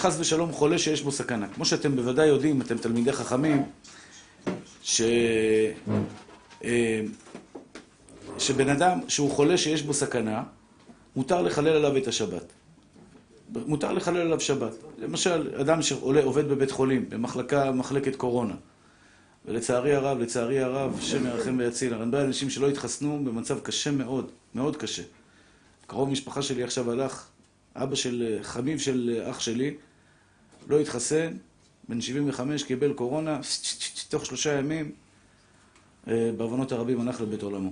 חס ושלום חולה שיש בו סכנה. כמו שאתם בוודאי יודעים, אתם תלמידי חכמים, שבן אדם שהוא חולה שיש בו סכנה, מותר לחלל עליו את השבת. מותר לחלל עליו שבת. למשל, אדם שעובד בבית חולים, במחלקת קורונה. ולצערי הרב, השם ירחם ויציל. הרבה אנשים שלא התחסנו במצב קשה מאוד, מאוד קשה. קרוב משפחה שלי עכשיו הלך, אבא של חמיב של אח שלי, לא התחסן, בן 75, קיבל קורונה, תוך 3 ימים, בעוונות הרבים הלך לבית עולמו.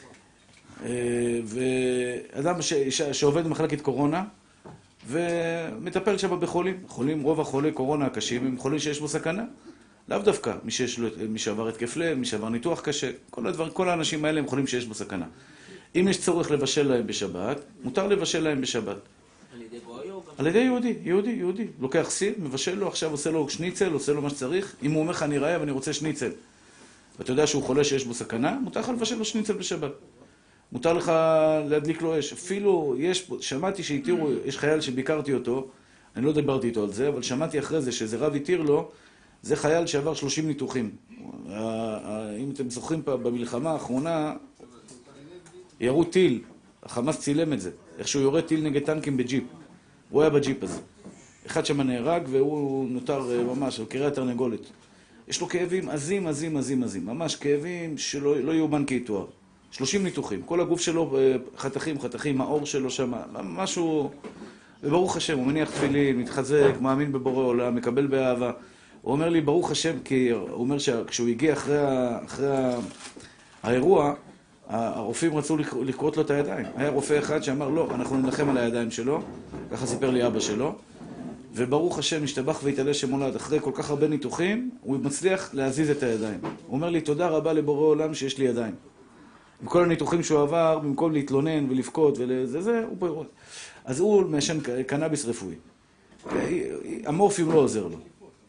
ואדם שעובד במחלקת קורונה, ומטפל שם בחולים. רוב החולי קורונה הקשים הם חולים שיש בו סכנה. לאו דווקא, מי שעבר התקף לב, מי שעבר ניתוח קשה, כל האנשים האלה הם חולים שיש בו סכנה. אם יש צורך לבשל להם בשבת, מותר לבשל להם בשבת. על ידי גוי או גם? על ידי יהודי. לוקח סיר, מבשל לו, עכשיו עושה לו שניצל, עושה לו מה שצריך. אם הוא אומר לך, אני רעב ואני רוצה שניצל, ואתה יודע שהוא חולה שיש בו סכנה, מותר לך לבשל לו שניצל בשבת. מותר לך להדליק לו אש. אפילו שמעתי שהתירו, יש חייל שביקרתי אותו, אני לא דיברתי איתו על זה, אבל שמעתי אחרי זה שזה רב התיר לו, זה חייל שעבר 30 ניתוחים. אם אתם זוכרים במלחמה האחרונה, ירו טיל, החמאס צילם את זה, איך שהוא יורה טיל נגד טנקים בג'יפ. הוא היה בג'יפ הזה. אחד שם נהרג והוא נותר ממש, הוא קרע תרנגולת. יש לו כאבים עזים, ממש כאבים שלא יאומן כי יתואר. 30 ניתוחים, כל הגוף שלו חתכים, האור שלו שם, משהו, וברוך השם, הוא מניח תפילין, מתחזק, מאמין בבורא עולם, מקבל באהבה. הוא אומר לי, ברוך השם, כי הוא אומר שכשהוא הגיע אחרי האירוע, הרופאים רצו לקרות לו את הידיים. היה רופא אחד שאמר, לא, אנחנו נלחם על הידיים שלו, ככה סיפר לי אבא שלו, וברוך השם, נשתבח והתעלה שמולד, אחרי כל כך הרבה ניתוחים, הוא מצליח להזיז את הידיים. הוא אומר לי, תודה רבה לבורא עולם שיש לי ידיים. עם כל הניתוחים שהוא עבר, במקום להתלונן ולבכות הוא... אז הוא מעשן קנאביס רפואי. המורפיום לא עוזר לו.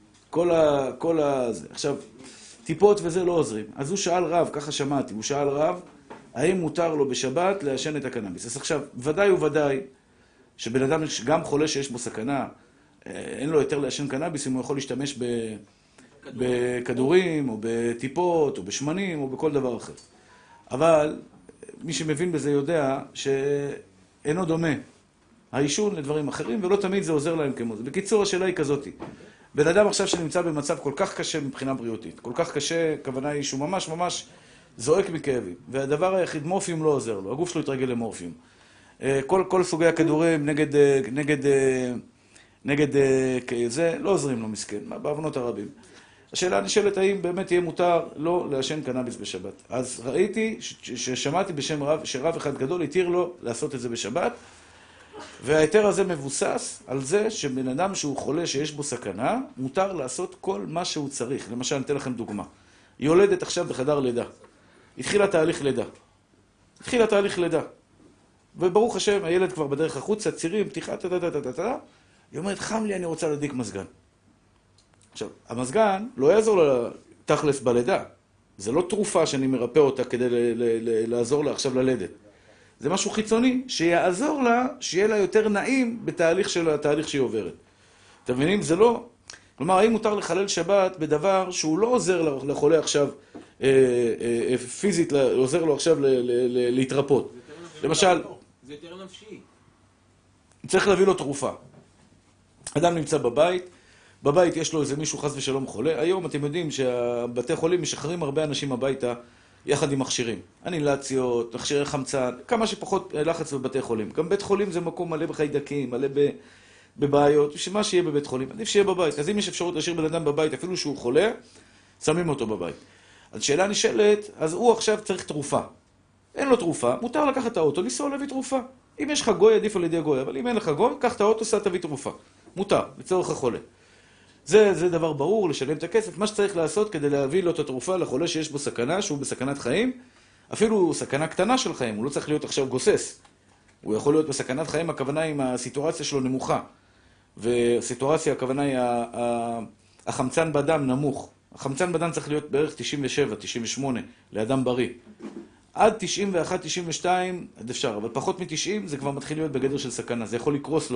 עכשיו, טיפות וזה לא עוזרים. אז הוא שאל רב, ככה שמעתי, הוא שאל רב, האם מותר לו בשבת לעשן את הקנאביס. אז עכשיו, ודאי שבן אדם גם חולה שיש בו סכנה, אין לו יותר לעשן קנאביס, אם הוא יכול להשתמש בכדורים, או בטיפות, או בשמנים, או בכל דבר אחר. אבל מי שמבין בזה יודע שאינו דומה העישון לדברים אחרים, ולא תמיד זה עוזר להם כמו זה. בקיצור, השאלה היא כזאת. בן אדם עכשיו שנמצא במצב כל כך קשה מבחינה בריאותית, כל כך קשה, הכוונה היא שהוא ממש זועק מכאבים, והדבר היחיד, מורפיום לא עוזר לו, הגוף שלו יתרגל למורפיום. כל סוגי הכדורים נגד זה לא עוזרים לו מסכן, בעוונות הרבים. השאלה נשאלת האם באמת יהיה מותר לא לעשן קנאביס בשבת. אז ראיתי ששמעתי בשם רב, שרב אחד גדול התיר לו לעשות את זה בשבת, וההיתר הזה מבוסס על זה שבן אדם שהוא חולה שיש בו סכנה, מותר לעשות כל מה שהוא צריך. למשל, אני אתן לכם דוגמה. היא יולדת עכשיו בחדר לידה. התחילה תהליך לידה. וברוך השם, הילד כבר בדרך החוצה, צירים, פתיחה, היא אומרת, חם לי, אני רוצה להדליק מזגן. עכשיו, המזגן לא יעזור לה תכלס בלידה. זה לא תרופה שאני מרפא אותה כדי לעזור לה עכשיו ללדת. זה משהו חיצוני שיעזור לה, שיהיה לה יותר נעים בתהליך שהיא עוברת. אתם מבינים? זה לא... כלומר, האם מותר לחלל שבת בדבר שהוא לא עוזר לחולה עכשיו פיזית, עוזר לו עכשיו להתרפות. למשל... זה יותר נפשי. צריך להביא לו תרופה. אדם נמצא בבית יש לו איזה מישהו חס ושלום חולה. היום אתם יודעים שהבתי חולים משחררים הרבה אנשים הביתה יחד עם מכשירים. אנילציות, מכשירי חמצן, כמה שפחות לחץ בבתי חולים. גם בית חולים זה מקום מלא בחיידקים, מלא בבעיות, שמה שיהיה בבית חולים, עדיף שיהיה בבית. אז אם יש אפשרות להשאיר בן אדם בבית, אפילו שהוא חולה, שמים אותו בבית. אז שאלה נשאלת, אז הוא עכשיו צריך תרופה. אין לו תרופה, מותר לקחת את האוטו, לנסוע להביא תרופה. אם יש לך גוי, עדיף על ידי גוי, אבל אם אין לך גוי, קח את האוטו, סע תביא תרופה. מותר, לצורך החולה. זה דבר ברור, לשלם את הכסף. מה שצריך לעשות כדי להביא לו את התרופה לחולה שיש בו סכנה, שהוא בסכנת חיים, אפילו סכנה קטנה של חיים, הוא לא צריך להיות עכשיו גוסס. הוא יכול להיות בסכנת חיים, הכוונה היא הסיטואציה שלו נמוכה. וסיטואציה, הכוונה היא החמצן בדם נמוך. החמצן בדם צריך להיות בערך 97, 98 לאדם בריא. עד 91, 92 עד אפשר, אבל פחות מ-90 זה כבר מתחיל להיות בגדר של סכנה, זה יכול לקרוס לו.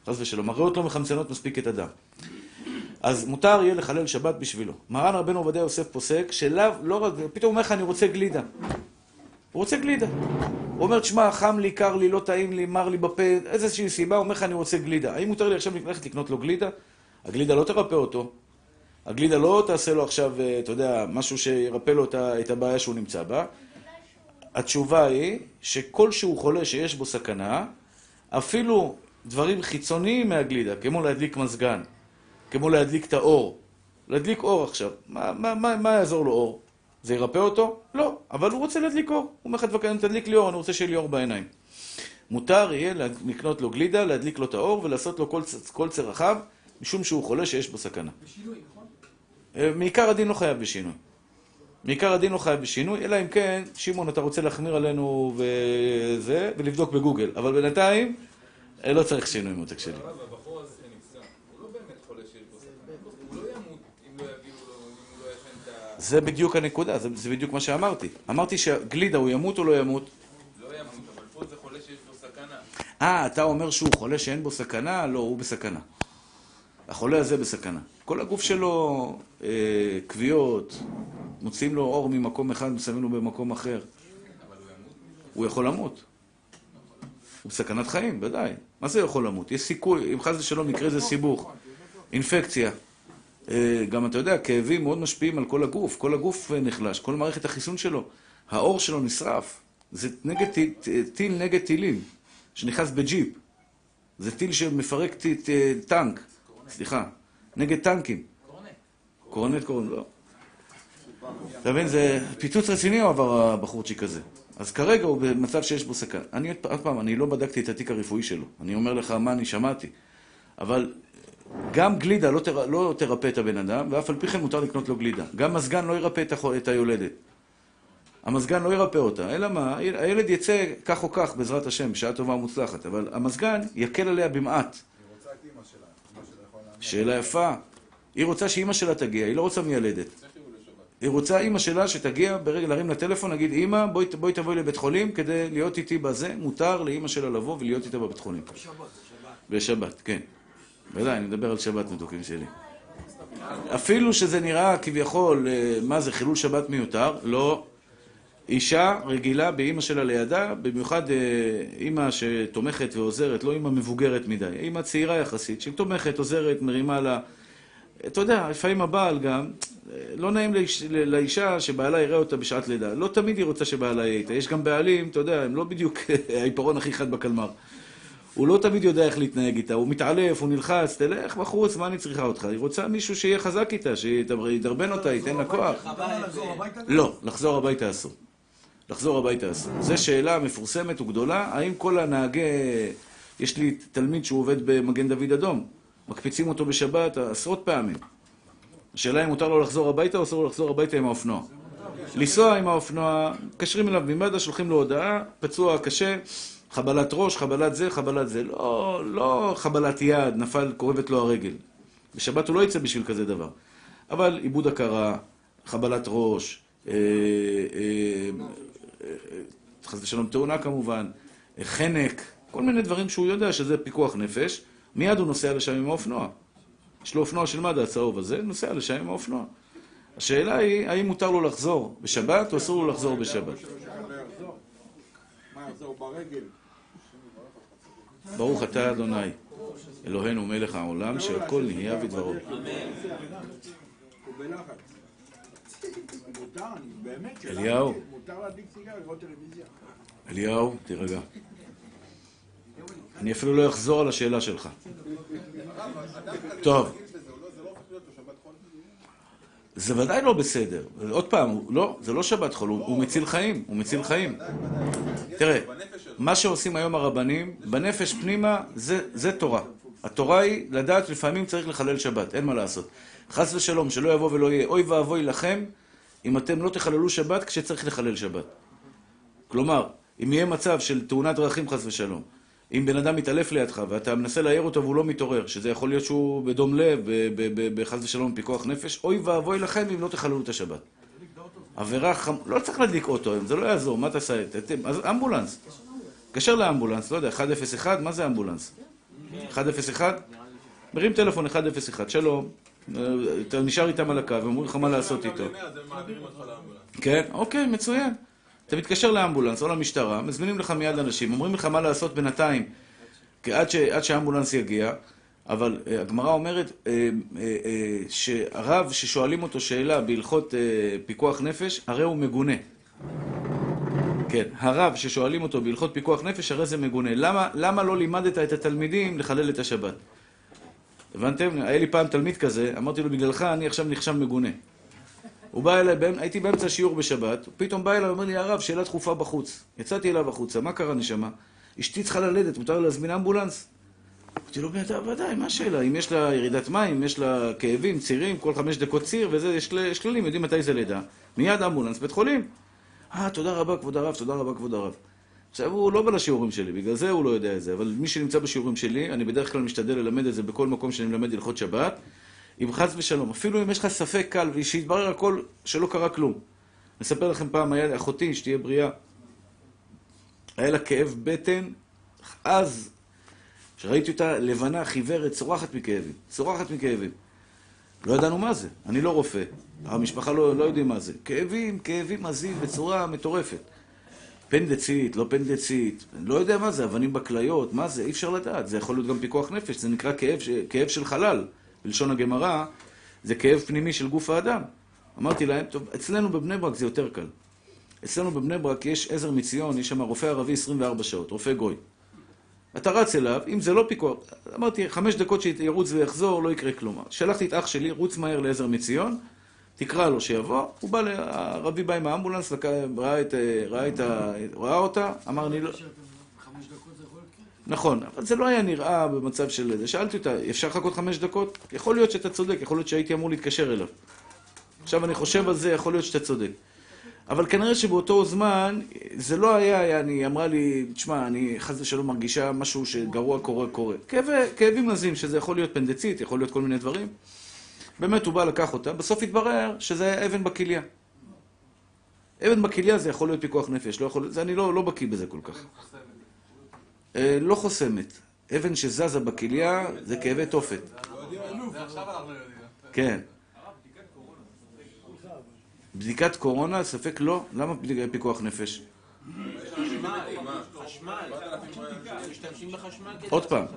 חס ושלום, הריאות לא מחמצנות מספיק את הדם. אז מותר יהיה לחלל שבת בשבילו. מרן רבנו עובדיה יוסף פוסק, שלאו, לא רק, פתאום אומר לך, אני רוצה גלידה. הוא רוצה גלידה. הוא אומר, תשמע, חם לי, קר לי, לא טעים לי, מר לי בפה, איזושהי סיבה, הוא אומר לך, אני רוצה גלידה. האם מותר לי עכשיו ללכת לקנות לו גלידה? הגלידה לא תרפא אותו. הגלידה לא תעשה לו עכשיו, אתה יודע, משהו שירפא לו את הבעיה שהוא נמצא בה. התשובה היא שכל שהוא חולה שיש בו סכנה, אפילו דברים חיצוניים מהגלידה, כמו להדליק מזגן, כמו להדליק את האור. להדליק אור עכשיו. מה יעזור לו אור? זה ירפא אותו? לא, אבל הוא רוצה להדליק אור. הוא אומר לך, תדליק לי אור, אני רוצה שיהיה לי אור בעיניים. מותר יהיה לקנות לו גלידה, להדליק לו את האור ולעשות לו כל צרכיו, משום שהוא חולה שיש בו סכנה. בשינוי, נכון? מעיקר הדין לא חייב בשינוי. מעיקר הדין לא חייב בשינוי, אלא אם כן, שמעון, אתה רוצה להחמיר עלינו וזה, ולבדוק בגוגל. אבל בינתיים, לא צריך שינוי מותק שלי. הבחור הזה שנפסע, הוא לא באמת חולה שיש בו סכנה. הוא לא ימות אם לא יביאו לו, אם הוא לא ישן את ה... זה בדיוק הנקודה, זה בדיוק מה שאמרתי. אמרתי שהגלידה, הוא ימות או לא ימות? לא ימות, אבל פה זה חולה שיש בו סכנה. אתה אומר שהוא חולה שאין בו סכנה? לא, הוא בסכנה. החולה הזה בסכנה. כל הגוף שלו, קביעות, מוציאים לו אור ממקום אחד, מסיימים לו במקום אחר. אבל הוא ימות? הוא יכול למות. הוא בסכנת חיים, ודאי. מה זה יכול למות? יש סיכוי, אם חס ושלום יקרה איזה סיבוך, אינפקציה. גם אתה יודע, כאבים מאוד משפיעים על כל הגוף. כל הגוף נחלש, כל מערכת החיסון שלו. האור שלו נשרף. זה טיל נגד טילים, שנכנס בג'יפ. זה טיל שמפרק טנק. סליחה, נגד טנקים. קורנט קוראים, לא. אתה מבין, זה פיצוץ רציני הוא עבר הבחורצ'יק הזה. אז כרגע הוא במצב שיש בו סכנה. עוד פעם, אני לא בדקתי את התיק הרפואי שלו. אני אומר לך מה אני שמעתי. אבל גם גלידה לא תרפא את הבן אדם, ואף על פי כן מותר לקנות לו גלידה. גם מזגן לא ירפא את היולדת. המזגן לא ירפא אותה, אלא מה? הילד יצא כך או כך, בעזרת השם, בשעה טובה ומוצלחת. אבל המזגן יקל עליה במעט. שאלה יפה. היא רוצה שאימא שלה תגיע, היא לא רוצה מיילדת. היא רוצה אימא שלה שתגיע ברגע להרים לטלפון, נגיד, אימא, בואי תבואי לבית חולים כדי להיות איתי בזה. מותר לאימא שלה לבוא ולהיות איתה בבית חולים. בשבת, כן. ודאי, אני מדבר על שבת מתוקים שלי. אפילו שזה נראה כביכול, מה זה, חילול שבת מיותר, לא. אישה רגילה באימא שלה לידה, במיוחד אימא שתומכת ועוזרת, לא אימא מבוגרת מדי, אימא צעירה יחסית, שתומכת, עוזרת, מרימה לה. אתה יודע, לפעמים הבעל גם, לא נעים לאישה שבעלה יראה אותה בשעת לידה. לא תמיד היא רוצה שבעלה יהיה איתה. יש גם בעלים, אתה יודע, הם לא בדיוק העיפרון הכי חד בקלמר. הוא לא תמיד יודע איך להתנהג איתה, הוא מתעלף, הוא נלחץ, תלך בחוץ, מה אני צריכה אותך? היא רוצה מישהו שיהיה חזק איתה, שידרבן אותה, ייתן לה כוח. לא, לחזור הביתה אסור. לחזור הביתה אסור. זו שאלה מפורסמת וגדולה, האם כל הנהגי, יש לי תלמיד שהוא עובד במגן דוד אדום, מקפיצים אותו בשבת עשרות פעמים. השאלה אם מותר לו לחזור הביתה או אסור לו לחזור הביתה עם האופנוע. לנסוע עם האופנוע, קשרים אליו ממד"א, שולחים לו הודעה, פצוע קשה, חבלת ראש, חבלת זה, חבלת זה. לא חבלת יד, נפל, קורבת לו הרגל. בשבת הוא לא יצא בשביל כזה דבר. אבל עיבוד הכרה, חבלת ראש, חס ושלום תאונה כמובן, חנק, כל מיני דברים שהוא יודע שזה פיקוח נפש, מיד הוא נוסע לשם עם האופנוע. יש לו אופנוע של מד"א הצהוב הזה, נוסע לשם עם האופנוע. השאלה היא, האם מותר לו לחזור בשבת או אסור לו לחזור בשבת? מה יחזור ברגל? ברוך אתה אדוני, אלוהינו מלך העולם, שהכל נהיה בדברו. הוא בלחץ. מותר, באמת, אליהו. מותר להדליק סיגר, לראות טלוויזיה. אליהו, תירגע. אני אפילו לא אחזור על השאלה שלך. טוב. זה ודאי לא בסדר. עוד פעם, לא, זה לא שבת חול, הוא מציל חיים, הוא מציל חיים. תראה, מה שעושים היום הרבנים, בנפש פנימה, זה תורה. התורה היא לדעת לפעמים צריך לחלל שבת, אין מה לעשות. חס ושלום, שלא יבוא ולא יהיה, אוי ואבוי לכם, אם אתם לא תחללו שבת כשצריך לחלל שבת. כלומר, אם יהיה מצב של תאונת דרכים חס ושלום, אם בן אדם מתעלף לידך ואתה מנסה להעיר אותו והוא לא מתעורר, שזה יכול להיות שהוא בדום לב, בחס ושלום פיקוח נפש, אוי ואבוי לכם אם לא תחללו את השבת. עבירה לא צריך להדליק אוטו היום, זה לא יעזור, מה תעשה? אז אמבולנס. קשר לאמבולנס, לא יודע, 101, מה זה אמבולנס? 101? מרים טלפון 101, שלום. אתה נשאר איתם על הקו, ואומרים לך מה לעשות איתו. כן, אוקיי, מצוין. אתה מתקשר לאמבולנס או למשטרה, מזמינים לך מיד אנשים, אומרים לך מה לעשות בינתיים, עד שהאמבולנס יגיע, אבל הגמרא אומרת שהרב ששואלים אותו שאלה בהלכות פיקוח נפש, הרי הוא מגונה. כן, הרב ששואלים אותו בהלכות פיקוח נפש, הרי זה מגונה. למה לא לימדת את התלמידים לחלל את השבת? הבנתם? היה לי פעם תלמיד כזה, אמרתי לו, בגללך אני עכשיו נחשב מגונה. הוא בא אליי, הייתי באמצע שיעור בשבת, פתאום בא אליי, אומר לי, הרב, שאלה דחופה בחוץ. יצאתי אליו החוצה, מה קרה נשמה? אשתי צריכה ללדת, מותר להזמין אמבולנס? אמרתי לו, ודאי, מה השאלה? אם יש לה ירידת מים, יש לה כאבים, צירים, כל 5 דקות ציר, וזה, יש כללים, יודעים מתי זה לידה. מיד אמבולנס, בית חולים. תודה רבה, כבוד הרב, תודה רבה, כבוד הרב. עכשיו, הוא לא בא לשיעורים שלי, בגלל זה הוא לא יודע את זה, אבל מי שנמצא בשיעורים שלי, אני בדרך כלל משתדל ללמד את זה בכל מקום שאני מלמד הלכות שבת, אם חס ושלום, אפילו אם יש לך ספק קל, ושיתברר הכל שלא קרה כלום. נספר לכם פעם, היה אחותי, שתהיה בריאה, היה לה כאב בטן, אז, שראיתי אותה לבנה, חיוורת, צורחת מכאבים. לא ידענו מה זה, אני לא רופא, המשפחה לא יודעים מה זה. כאבים עזים בצורה מטורפת. פנדצית, לא פנדצית, לא יודע מה זה, אבנים בכליות, מה זה, אי אפשר לדעת. זה יכול להיות גם פיקוח נפש, זה נקרא כאב של חלל. בלשון הגמרא, זה כאב פנימי של גוף האדם. אמרתי להם, טוב, אצלנו בבני ברק זה יותר קל. אצלנו בבני ברק יש עזר מציון, יש שם רופא ערבי 24 שעות, רופא גוי. אתה רץ אליו, אם זה לא פיקוח, אמרתי, 5 דקות שירוץ ויחזור, לא יקרה כלום. שלחתי את אח שלי, רוץ מהר לעזר מציון, תקרא לו שיבוא, הרבי בא עם האמבולנס, ראה אותה, אמר לי לא... 5 דקות זה יכול להיות קריטי. נכון, אבל זה לא היה נראה במצב של זה. שאלתי אותה, אפשר לחכות 5 דקות? יכול להיות שאתה צודק, יכול להיות שהייתי אמור להתקשר אליו. עכשיו אני חושב על זה, יכול להיות שאתה צודק. אבל כנראה שבאותו זמן, זה לא היה, היא אמרה לי, תשמע, אני חס ושלום מרגישה משהו שגרוע קורה. כאבים עזים, שזה יכול להיות פנדצית, יכול להיות כל מיני דברים. באמת הוא בא לקח אותה, בסוף התברר שזה היה אבן בכליה. אבן בכליה זה יכול להיות פיקוח נפש, לא יכול, זה אני לא בקיא בזה כל כך. לא חוסמת. אבן שזזה בכליה זה כאבי תופת. זה עכשיו אנחנו יודעים. כן. בדיקת קורונה, ספק לא. למה פיקוח נפש? חשמל. משתמשים בחשמל כדי... עוד פעם.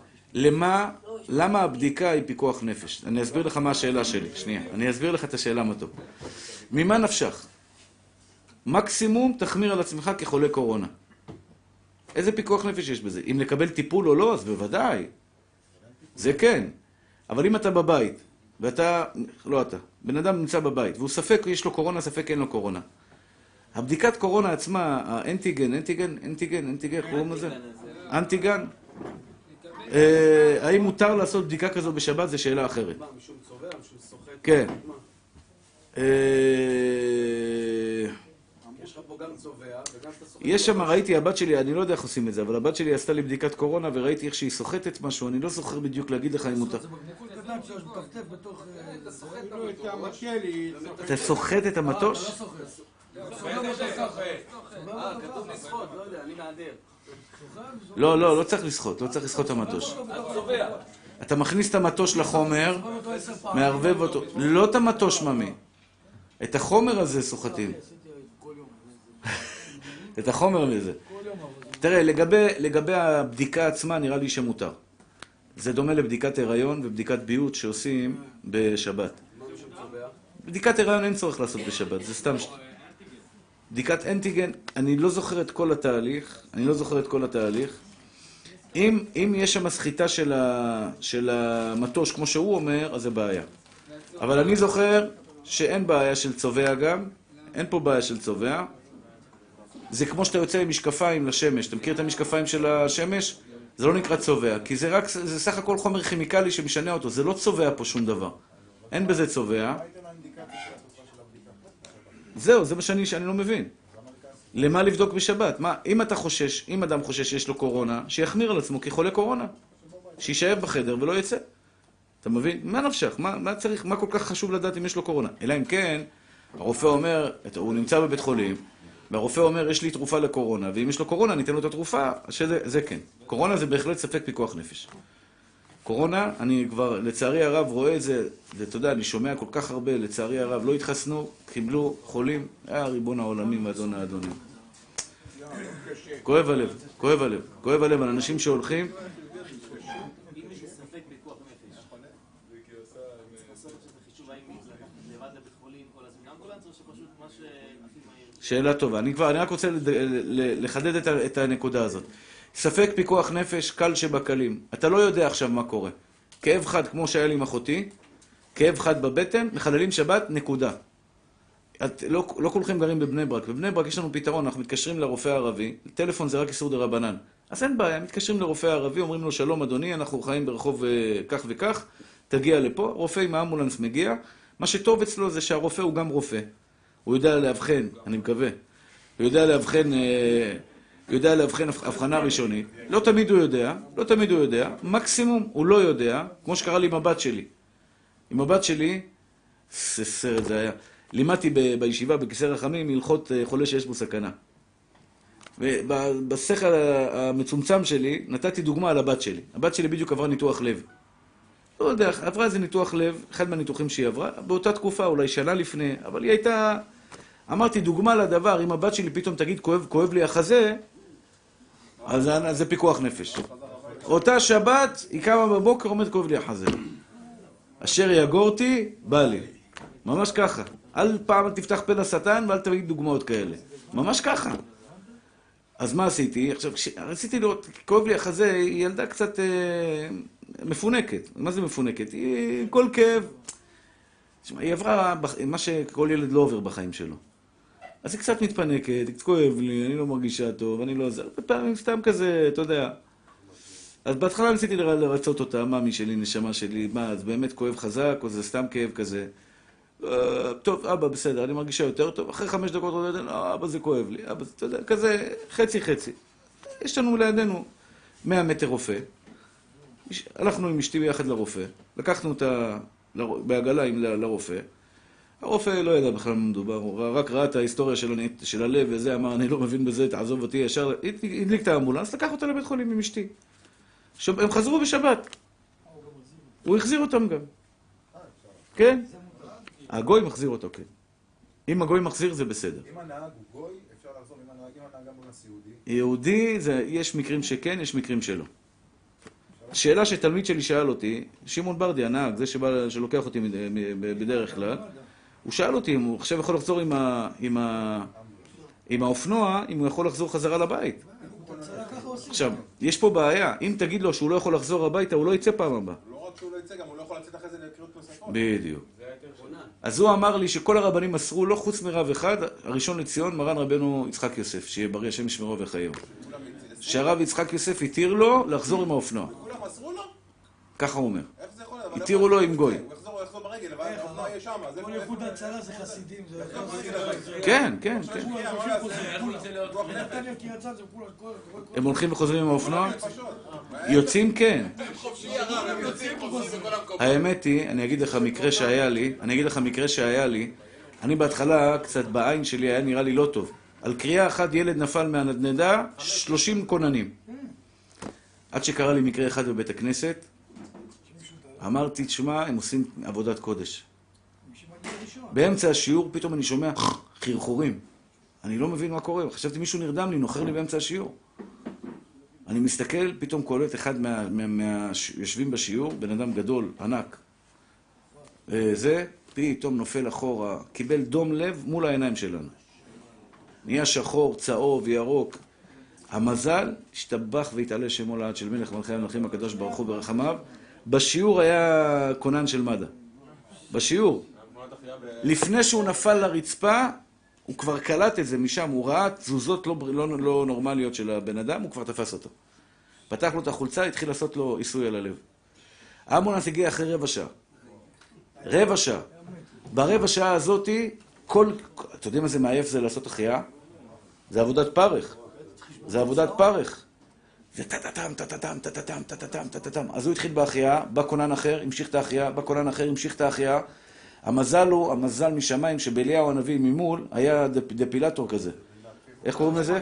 למה הבדיקה היא פיקוח נפש? אני אסביר לך מה השאלה שלי. שנייה. אני אסביר לך את השאלה מה טוב. ממה נפשך? מקסימום תחמיר על עצמך כחולה קורונה. איזה פיקוח נפש יש בזה? אם לקבל טיפול או לא, אז בוודאי. זה כן. אבל אם אתה בבית, ואתה, לא אתה, בן אדם נמצא בבית, והוא ספק יש לו קורונה, ספק אין לו קורונה. הבדיקת קורונה עצמה, האנטיגן, קוראים לזה? אנטיגן? האם מותר לעשות בדיקה כזו בשבת? זו שאלה אחרת. מה, משום צובע, משום סוחט? כן. יש לך פה גם צובע וגם אתה סוחט. יש שם, ראיתי, הבת שלי, אני לא יודע איך עושים את זה, אבל הבת שלי עשתה לי בדיקת קורונה וראיתי איך שהיא סוחטת משהו, אני לא זוכר בדיוק להגיד לך אם מותר. זה בקבוק קטן שיש מטפטף בתוך... אתה סוחט את אפילו את המקל אתה סוחט את המטוש? אתה לא סוחט. כתוב לשחות, לא יודע, אני מהדר. לא צריך לשחות, לא צריך לשחות את המטוש. אתה מכניס את המטוש לחומר, מערבב אותו. לא את המטוש, ממי. את החומר הזה סוחטים. את החומר מזה. תראה, לגבי הבדיקה עצמה נראה לי שמותר. זה דומה לבדיקת הריון ובדיקת ביות שעושים בשבת. בדיקת הריון אין צורך לעשות בשבת, זה סתם... בדיקת אנטיגן, אני לא זוכר את כל התהליך. אם יש שם סחיטה של המטוש, כמו שהוא אומר, אז זה בעיה. אבל אני זוכר שאין בעיה של צובע גם, אין פה בעיה של צובע. זה כמו שאתה יוצא עם משקפיים לשמש. אתה מכיר את המשקפיים של השמש? זה לא נקרא צובע, כי זה סך הכל חומר כימיקלי שמשנה אותו. זה לא צובע פה שום דבר. אין בזה צובע. זהו, זה מה שאני לא מבין. למה לבדוק בשבת? מה, אם אדם חושש שיש לו קורונה, שיחמיר על עצמו כחולה קורונה. שישאב בחדר ולא יצא. אתה מבין? מה נפשך? מה כל כך חשוב לדעת אם יש לו קורונה? אלא אם כן, הרופא אומר, הוא נמצא בבית חולים, והרופא אומר, יש לי תרופה לקורונה, ואם יש לו קורונה, ניתן לו את התרופה, זה כן. קורונה זה בהחלט ספק פיקוח נפש. קורונה, אני כבר, לצערי הרב, רואה את זה, אתה יודע, אני שומע כל כך הרבה, לצערי הרב, לא התחסנו, קיבלו חולים, ריבון העולמים ואדון האדונים. כואב הלב, כואב הלב, כואב הלב על אנשים שהולכים. אם יש ספק פיקוח נפש, לעשות את החישוב האם זה לבד לבית חולים כל הזמן, אמבולנס או שפשוט מה שהכי מהיר. שאלה טובה, אני רק רוצה לחדד את הנקודה הזאת. ספק פיקוח נפש, קל שבקלים. אתה לא יודע עכשיו מה קורה. כאב חד, כמו שהיה לי עם אחותי, כאב חד בבטן, מחללים שבת, נקודה. לא כולכם גרים בבני ברק. בבני ברק יש לנו פתרון, אנחנו מתקשרים לרופא הערבי, טלפון זה רק איסור דרבנן. אז אין בעיה, מתקשרים לרופא הערבי, אומרים לו, שלום אדוני, אנחנו חיים ברחוב כך וכך, תגיע לפה, רופא עם האמבולנס מגיע. מה שטוב אצלו זה שהרופא הוא גם רופא. הוא יודע להבחן, אני מקווה. הוא יודע להבחן הבחנה ראשונית. לא תמיד הוא יודע, מקסימום הוא לא יודע, כמו שקרה לי עם הבת שלי. עם הבת שלי, סרט זה היה, לימדתי בישיבה בכיסא רחמים הלכות חולה שיש בו סכנה. ובשכל המצומצם שלי נתתי דוגמה על הבת שלי. הבת שלי בדיוק עברה ניתוח לב. לא יודע, עברה איזה ניתוח לב, אחד מהניתוחים שהיא עברה, באותה תקופה, אולי שנה לפני, אבל היא הייתה... אמרתי, דוגמה לדבר, אם הבת שלי פתאום תגיד, כואב לי החזה, אז זה פיקוח נפש. אותה שבת, היא קמה בבוקר, עומד, כואב לי החזה. אשר יגורתי, בא לי. ממש ככה. אל פעם תפתח פה לשטן ואל תגיד דוגמאות כאלה. ממש ככה. אז מה עשיתי? עכשיו, רציתי לראות, כואב לי החזה, היא ילדה קצת מפונקת. מה זה מפונקת? היא כל כאב. היא עברה מה שכל ילד לא עובר בחיים שלו. אז היא קצת מתפנקת, היא כואב לי, אני לא מרגישה טוב, אני לא עזר. פעמים סתם כזה, אתה יודע. אז בהתחלה ניסיתי לרצות אותה, מאמי שלי, נשמה שלי, מה, זה באמת כואב חזק, או זה סתם כאב כזה. טוב, אבא, בסדר, אני מרגישה יותר טוב. אחרי 5 דקות עוד לא, אבא, זה כואב לי. אבא, אתה יודע, כזה חצי. יש לנו לידינו 100 מטר רופא. הלכנו עם אשתי ביחד לרופא, לקחנו אותה בעגלה לרופא. הרופא לא ידע בכלל מה מדובר, הוא רק ראה את ההיסטוריה של הלב וזה, אמר, אני לא מבין בזה, תעזוב אותי ישר. הדליק את האמבולנס, לקח אותה לבית חולים עם אשתי. הם חזרו בשבת. הוא החזיר אותם גם. כן? הגוי מחזיר אותו, כן. אם הגוי מחזיר זה בסדר. אם הנהג הוא גוי, אפשר לחזור אם הנהג אמבולנס יהודי. יהודי, יש מקרים שכן, יש מקרים שלא. שאלה שתלמיד שלי שאל אותי, שמעון ברדי, הנהג, זה שלוקח אותי בדרך כלל, הוא שאל אותי אם הוא עכשיו יכול לחזור עם האופנוע, אם הוא יכול לחזור חזרה לבית. עכשיו, יש פה בעיה, אם תגיד לו שהוא לא יכול לחזור הביתה, הוא לא יצא פעם הבאה. לא רק שהוא לא יצא, גם הוא לא יכול לצאת אחרי זה לקריאות נוספות. בדיוק. אז הוא אמר לי שכל הרבנים מסרו לו, חוץ מרב אחד, הראשון לציון, מרן רבנו יצחק יוסף, שיהיה בריא השם ישמרו וחייו. שהרב יצחק יוסף התיר לו לחזור עם האופנוע. כולם מסרו לו? ככה הוא אומר. איך זה יכול להיות? התירו לו עם גוי. הוא יחזור ברגל, אבל האופנוע יהיה שם. כל איחוד ההצלה זה חסידים. כן. בנתניה קריית זה כולם. הם הולכים וחוזרים עם האופנוע? יוצאים כן. האמת היא, אני אגיד לך מקרה שהיה לי, אני בהתחלה קצת בעין שלי היה נראה לי לא טוב. על קריאה אחת ילד נפל מהנדנדה, 30 כוננים. עד שקרה לי מקרה אחד בבית הכנסת, אמרתי, תשמע, הם עושים עבודת קודש. באמצע השיעור פתאום אני שומע חרחורים. אני לא מבין מה קורה, חשבתי מישהו נרדם לי, נוחר לי באמצע השיעור. אני מסתכל, פתאום קולט אחד מהיושבים בשיעור, בן אדם גדול, ענק. זה פתאום נופל אחורה, קיבל דום לב מול העיניים שלנו. נהיה שחור, צהוב, ירוק. המזל השתבח והתעלה שמו לעד של מלך מלכי המלכים הקדוש ברוך הוא ברחמיו. בשיעור היה כונן של מד"א. בשיעור. לפני שהוא נפל לרצפה, הוא כבר קלט את זה משם, הוא ראה תזוזות לא נורמליות של הבן אדם, הוא כבר תפס אותו. פתח לו את החולצה, התחיל לעשות לו עיסוי על הלב. האמבולנס הגיע אחרי רבע שעה. ברבע שעה הזאת, אתה יודע מה זה מעייף זה לעשות החייאה? זה עבודת פרך. זה טטטם, טטטם, טטטם, טטטם, טטטם. אז הוא התחיל בהחייאה, בא כונן אחר, המשיך את ההחייאה, בא כונן אחר, המשיך את ההחייאה. המזל משמיים שבאליהו הנביא ממול היה דפילטור כזה. איך קוראים לזה?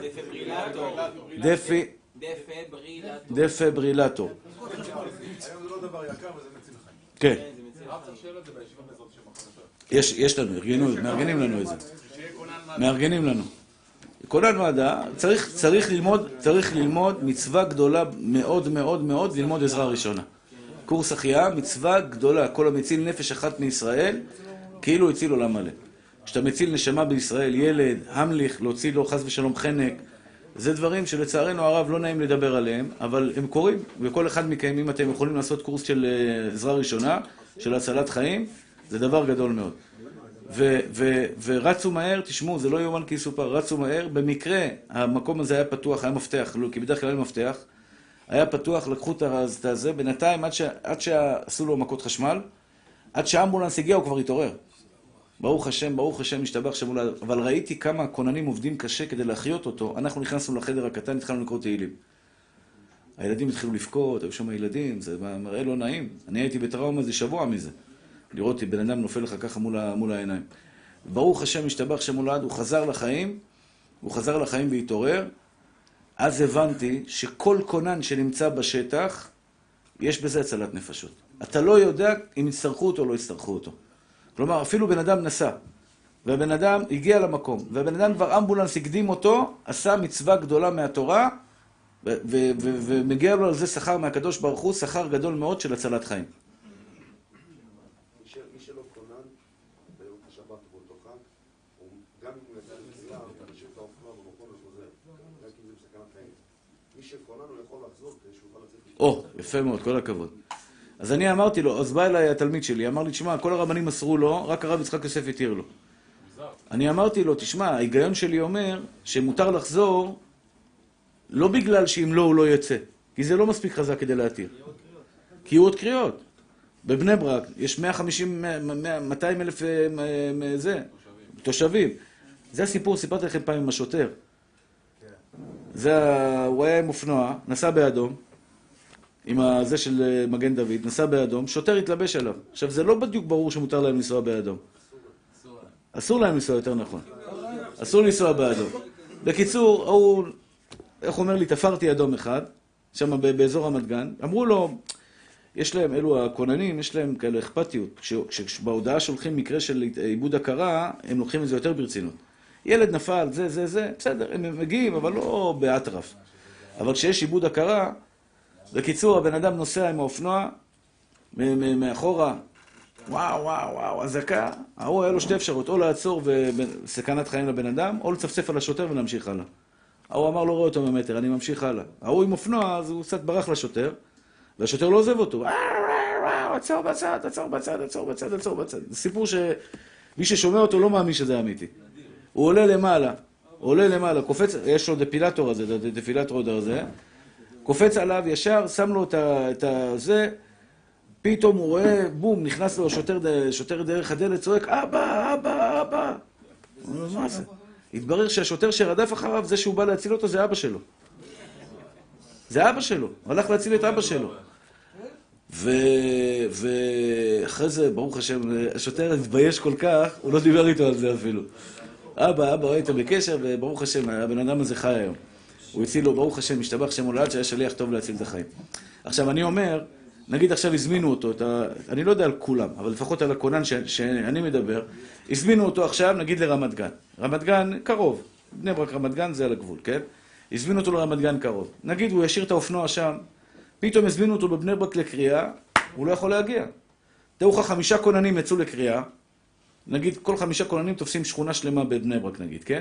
דפיברילטור. דפיברילטור. היום זה לא דבר יקר וזה מציל חיים. כן. הרב צריך שיהיה לו את זה בישיבה בעזרת השם החדשה. יש לנו, מארגנים לנו את זה. מארגנים לנו. כונן מדע, צריך ללמוד מצווה גדולה מאוד מאוד מאוד, ללמוד עזרה ראשונה. קורס החייאה, מצווה גדולה, כל המציל נפש אחת מישראל, כאילו הציל עולם מלא. כשאתה מציל נשמה בישראל, ילד, המליך, להוציא לו חס ושלום חנק, זה דברים שלצערנו הרב לא נעים לדבר עליהם, אבל הם קורים, וכל אחד מכם, אם אתם יכולים לעשות קורס של עזרה ראשונה, של הצלת חיים, זה דבר גדול מאוד. ורצו מהר, תשמעו, זה לא יאומן כי יסופר, רצו מהר, במקרה המקום הזה היה פתוח, היה מפתח, כי בדרך כלל היה מפתח, היה פתוח, לקחו את הזה, בינתיים עד שעשו לו מכות חשמל, עד שהאמבולנס הגיע הוא כבר התעורר. ברוך השם, משתבח שם אולי, אבל ראיתי כמה הכוננים עובדים קשה כדי להחיות אותו, אנחנו נכנסנו לחדר הקטן, התחלנו לקרוא תהילים. הילדים התחילו לבכות, היו שם הילדים, זה מראה לא נעים. אני הייתי בטראומה זה שבוע מזה. לראות בן אדם נופל לך ככה מול העיניים. ברוך השם, משתבח שם אולי, הוא חזר לחיים והתעורר. אז הבנתי שכל כונן שנמצא בשטח, יש בזה הצלת נפשות. אתה לא יודע אם יצטרכו אותו או לא יצטרכו אותו. כלומר, אפילו בן אדם נסע, והבן אדם הגיע למקום, והבן אדם כבר אמבולנס הקדים אותו, עשה מצווה גדולה מהתורה, ומגיע לו על זה שכר מהקדוש ברוך הוא, שכר גדול מאוד של הצלת חיים. מי שלא כונן ביום השבת ובאותו חג, גם אם הוא יצא לקריאה, הוא משאיר את האופנוע במקום וחוזר, רק אם זה בסכנת חיים. מי שכונן הוא יכול לחזור כדי שהוא יוכל לצאת. יפה מאוד, כל הכבוד. אז אני אמרתי לו, אז בא אליי התלמיד שלי, אמר לי, תשמע, כל הרבנים מסרו לו, רק הרב יצחק יוסף התיר לו. אני אמרתי לו, תשמע, ההיגיון שלי אומר שמותר לחזור, לא בגלל שאם לא הוא לא יצא, כי זה לא מספיק חזק כדי להתיר. כי הוא עוד קריאות. בבני ברק יש 200 אלף תושבים. זה הסיפור, סיפרתי לכם פעם עם השוטר. הוא היה עם אופנוע, נסע באדום, עם הזה של מגן דוד, נסע באדום, שוטר התלבש עליו. עכשיו, זה לא בדיוק ברור שמותר להם לנסוע באדום. אסור להם לנסוע, יותר נכון. אסור לנסוע באדום. בקיצור, הוא, איך אומר לי, תפרתי אדום אחד, שם באזור רמת גן, אמרו לו, יש להם, אלו הכוננים, יש להם כאלה אכפתיות. כשבהודעה שולחים מקרה של איבוד הכרה, הם לוקחים את זה יותר ברצינות. ילד נפל, זה, בסדר, הם מגיעים, אבל לא באטרף. אבל כשיש איבוד הכרה, בקיצור, הבן אדם נוסע עם האופנוע, מאחורה, וואו, הזקה, ההוא היה לו שתי אפשרות, או לעצור וסכנת חיים לבן אדם, או לצפצף על השוטר ולהמשיך הלאה. ההוא אמר, לא רואה אותו ממטר, אני ממשיך הלאה. ההוא עם אופנוע, אז הוא קצת ברח לשוטר, והשוטר לא עוזב אותו. עצור בצד. זה סיפור שמי ששומע אותו לא מאמין שזה אמיתי. הוא עולה למעלה, קופץ, יש לו דפילטור הזה, קופץ עליו ישר, שם לו את זה, פתאום הוא רואה, בום, נכנס לו שוטר דרך הדלת, צועק, אבא. מה זה? התברר שהשוטר שרדף אחריו, זה שהוא בא להציל אותו, זה אבא שלו. הוא הלך להציל את אבא שלו. ואחרי זה, ברוך השם, השוטר התבייש כל כך, הוא לא דיבר איתו על זה אפילו. אבא, היית בקשר, וברוך השם, הבן אדם הזה חי היום. הוא הציל לו, ברוך השם, משתבח שם הולד, שהיה שליח טוב להציל את החיים. עכשיו, אני אומר, נגיד עכשיו הזמינו אותו, אני לא יודע על כולם, אבל לפחות על הכונן שאני מדבר, הזמינו אותו עכשיו, נגיד לרמת גן. רמת גן קרוב, בני ברק רמת גן זה על הגבול, כן? הזמינו אותו לרמת גן קרוב. נגיד, הוא ישאיר את האופנוע שם, פתאום הזמינו אותו בבני ברק לקריאה, הוא לא יכול להגיע. תראו לך 5 כוננים יצאו לקריאה, נגיד, כל 5 כוננים תופסים שכונה שלמה בבני ברק, נגיד, כן?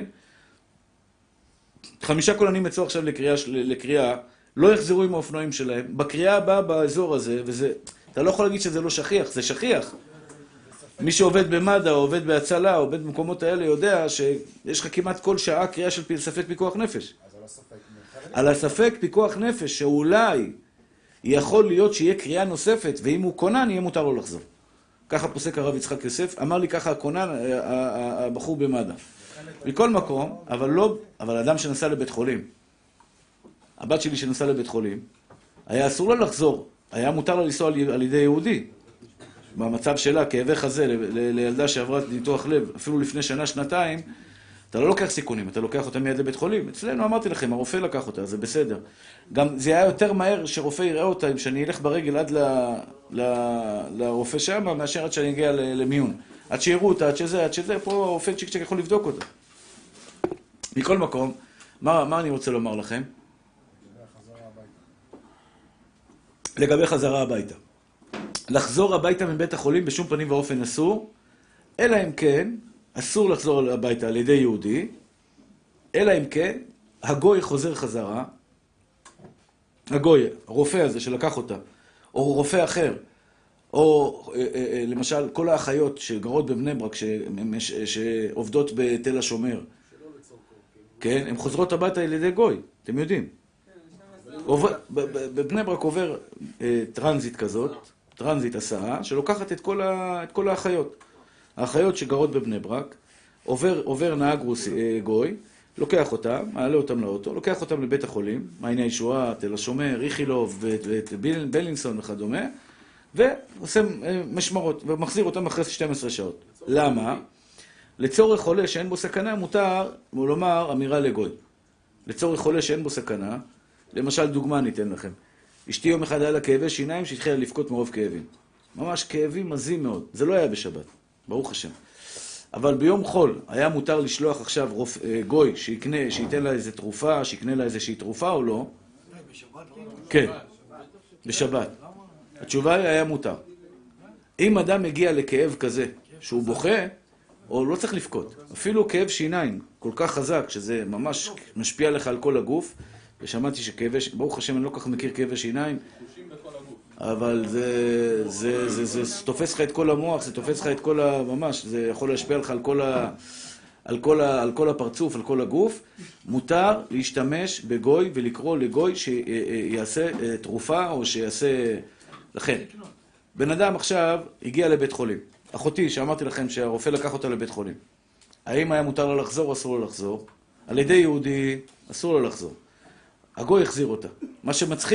5 כוננים יצאו עכשיו לקריאה, לא יחזרו עם האופנועים שלהם. בקריאה הבאה באזור הזה, וזה, אתה לא יכול להגיד שזה לא שכיח, זה שכיח. מי שעובד במד"א, או עובד בהצלה, או עובד במקומות האלה, יודע שיש לך כמעט כל שעה קריאה של ספק פיקוח נפש. על הספק פיקוח נפש, שאולי יכול להיות שיהיה קריאה נוספת, ואם הוא כונן, יהיה מותר לו לחזור. ככה פוסק הרב יצחק יוסף, אמר לי ככה הכונן, הבחור במד"א. מכל מקום, אבל אדם שנסע לבית חולים, הבת שלי שנסע לבית חולים, היה אסור לה לחזור, היה מותר לה לנסוע על ידי יהודי. במצב שלה, כאבי חזה, לילדה שעברה ניתוח לב, אפילו לפני שנה, שנתיים, אתה לא לוקח סיכונים, אתה לוקח אותה מיד לבית חולים. אצלנו אמרתי לכם, הרופא לקח אותה, זה בסדר. גם זה היה יותר מהר שרופא יראה אותה, אם שאני אלך ברגל עד לרופא שם, מאשר עד שאני אגיע למיון. עד שיראו אותה, עד שזה, פה הרופא צ'יק צ'יק יכול לבדוק אותה. מכל מקום, מה אני רוצה לומר לכם? לגבי חזרה הביתה. לחזור הביתה מבית החולים בשום פנים ואופן אסור, אלא אם כן, אסור לחזור הביתה על ידי יהודי, אלא אם כן, הגוי חוזר חזרה, הגוי, הרופא הזה שלקח אותה, או רופא אחר, או למשל כל האחיות שגרות בבני ברק, שעובדות בתל השומר, כן, הן חוזרות הביתה על ידי גוי, אתם יודעים. בבני ברק עובר טרנזיט כזאת, טרנזיט הסעה, שלוקחת את כל האחיות. האחיות שגרות בבני ברק, עובר נהג גוי, לוקח אותם, מעלה אותם לאוטו, לוקח אותם לבית החולים, מעייני הישועה, תל השומר, איכילוב ובלינסון וכדומה, ועושה משמרות, ומחזיר אותם אחרי 12 שעות. למה? לצורך חולה שאין בו סכנה, מותר לומר אמירה לגוי. לצורך חולה שאין בו סכנה, למשל דוגמה ניתן לכם. אשתי יום אחד היה לה כאבי שיניים שהתחילה לבכות מרוב כאבים. ממש כאבים מזים מאוד. זה לא היה בשבת, ברוך השם. אבל ביום חול היה מותר לשלוח עכשיו גוי שייתן לה איזה תרופה, שיקנה לה איזושהי תרופה או לא? כן, בשבת. התשובה היה מותר. אם אדם מגיע לכאב כזה, שהוא בוכה, או לא צריך לבכות. אפילו כאב שיניים כל כך חזק, שזה ממש משפיע לך על כל הגוף, ושמעתי שכאבי, ברוך השם אני לא כך מכיר כאבי שיניים, אבל זה תופס לך את כל המוח, זה תופס לך את כל ממש, זה יכול להשפיע לך על כל הפרצוף, על כל הגוף. מותר להשתמש בגוי ולקרוא לגוי שיעשה תרופה או שיעשה... לכן, בן אדם עכשיו הגיע לבית חולים. אחותי, שאמרתי לכם שהרופא לקח אותה לבית חולים. האם היה מותר לה לחזור או אסור לה לחזור? על ידי יהודי אסור לה לחזור. הגוי החזיר אותה. מה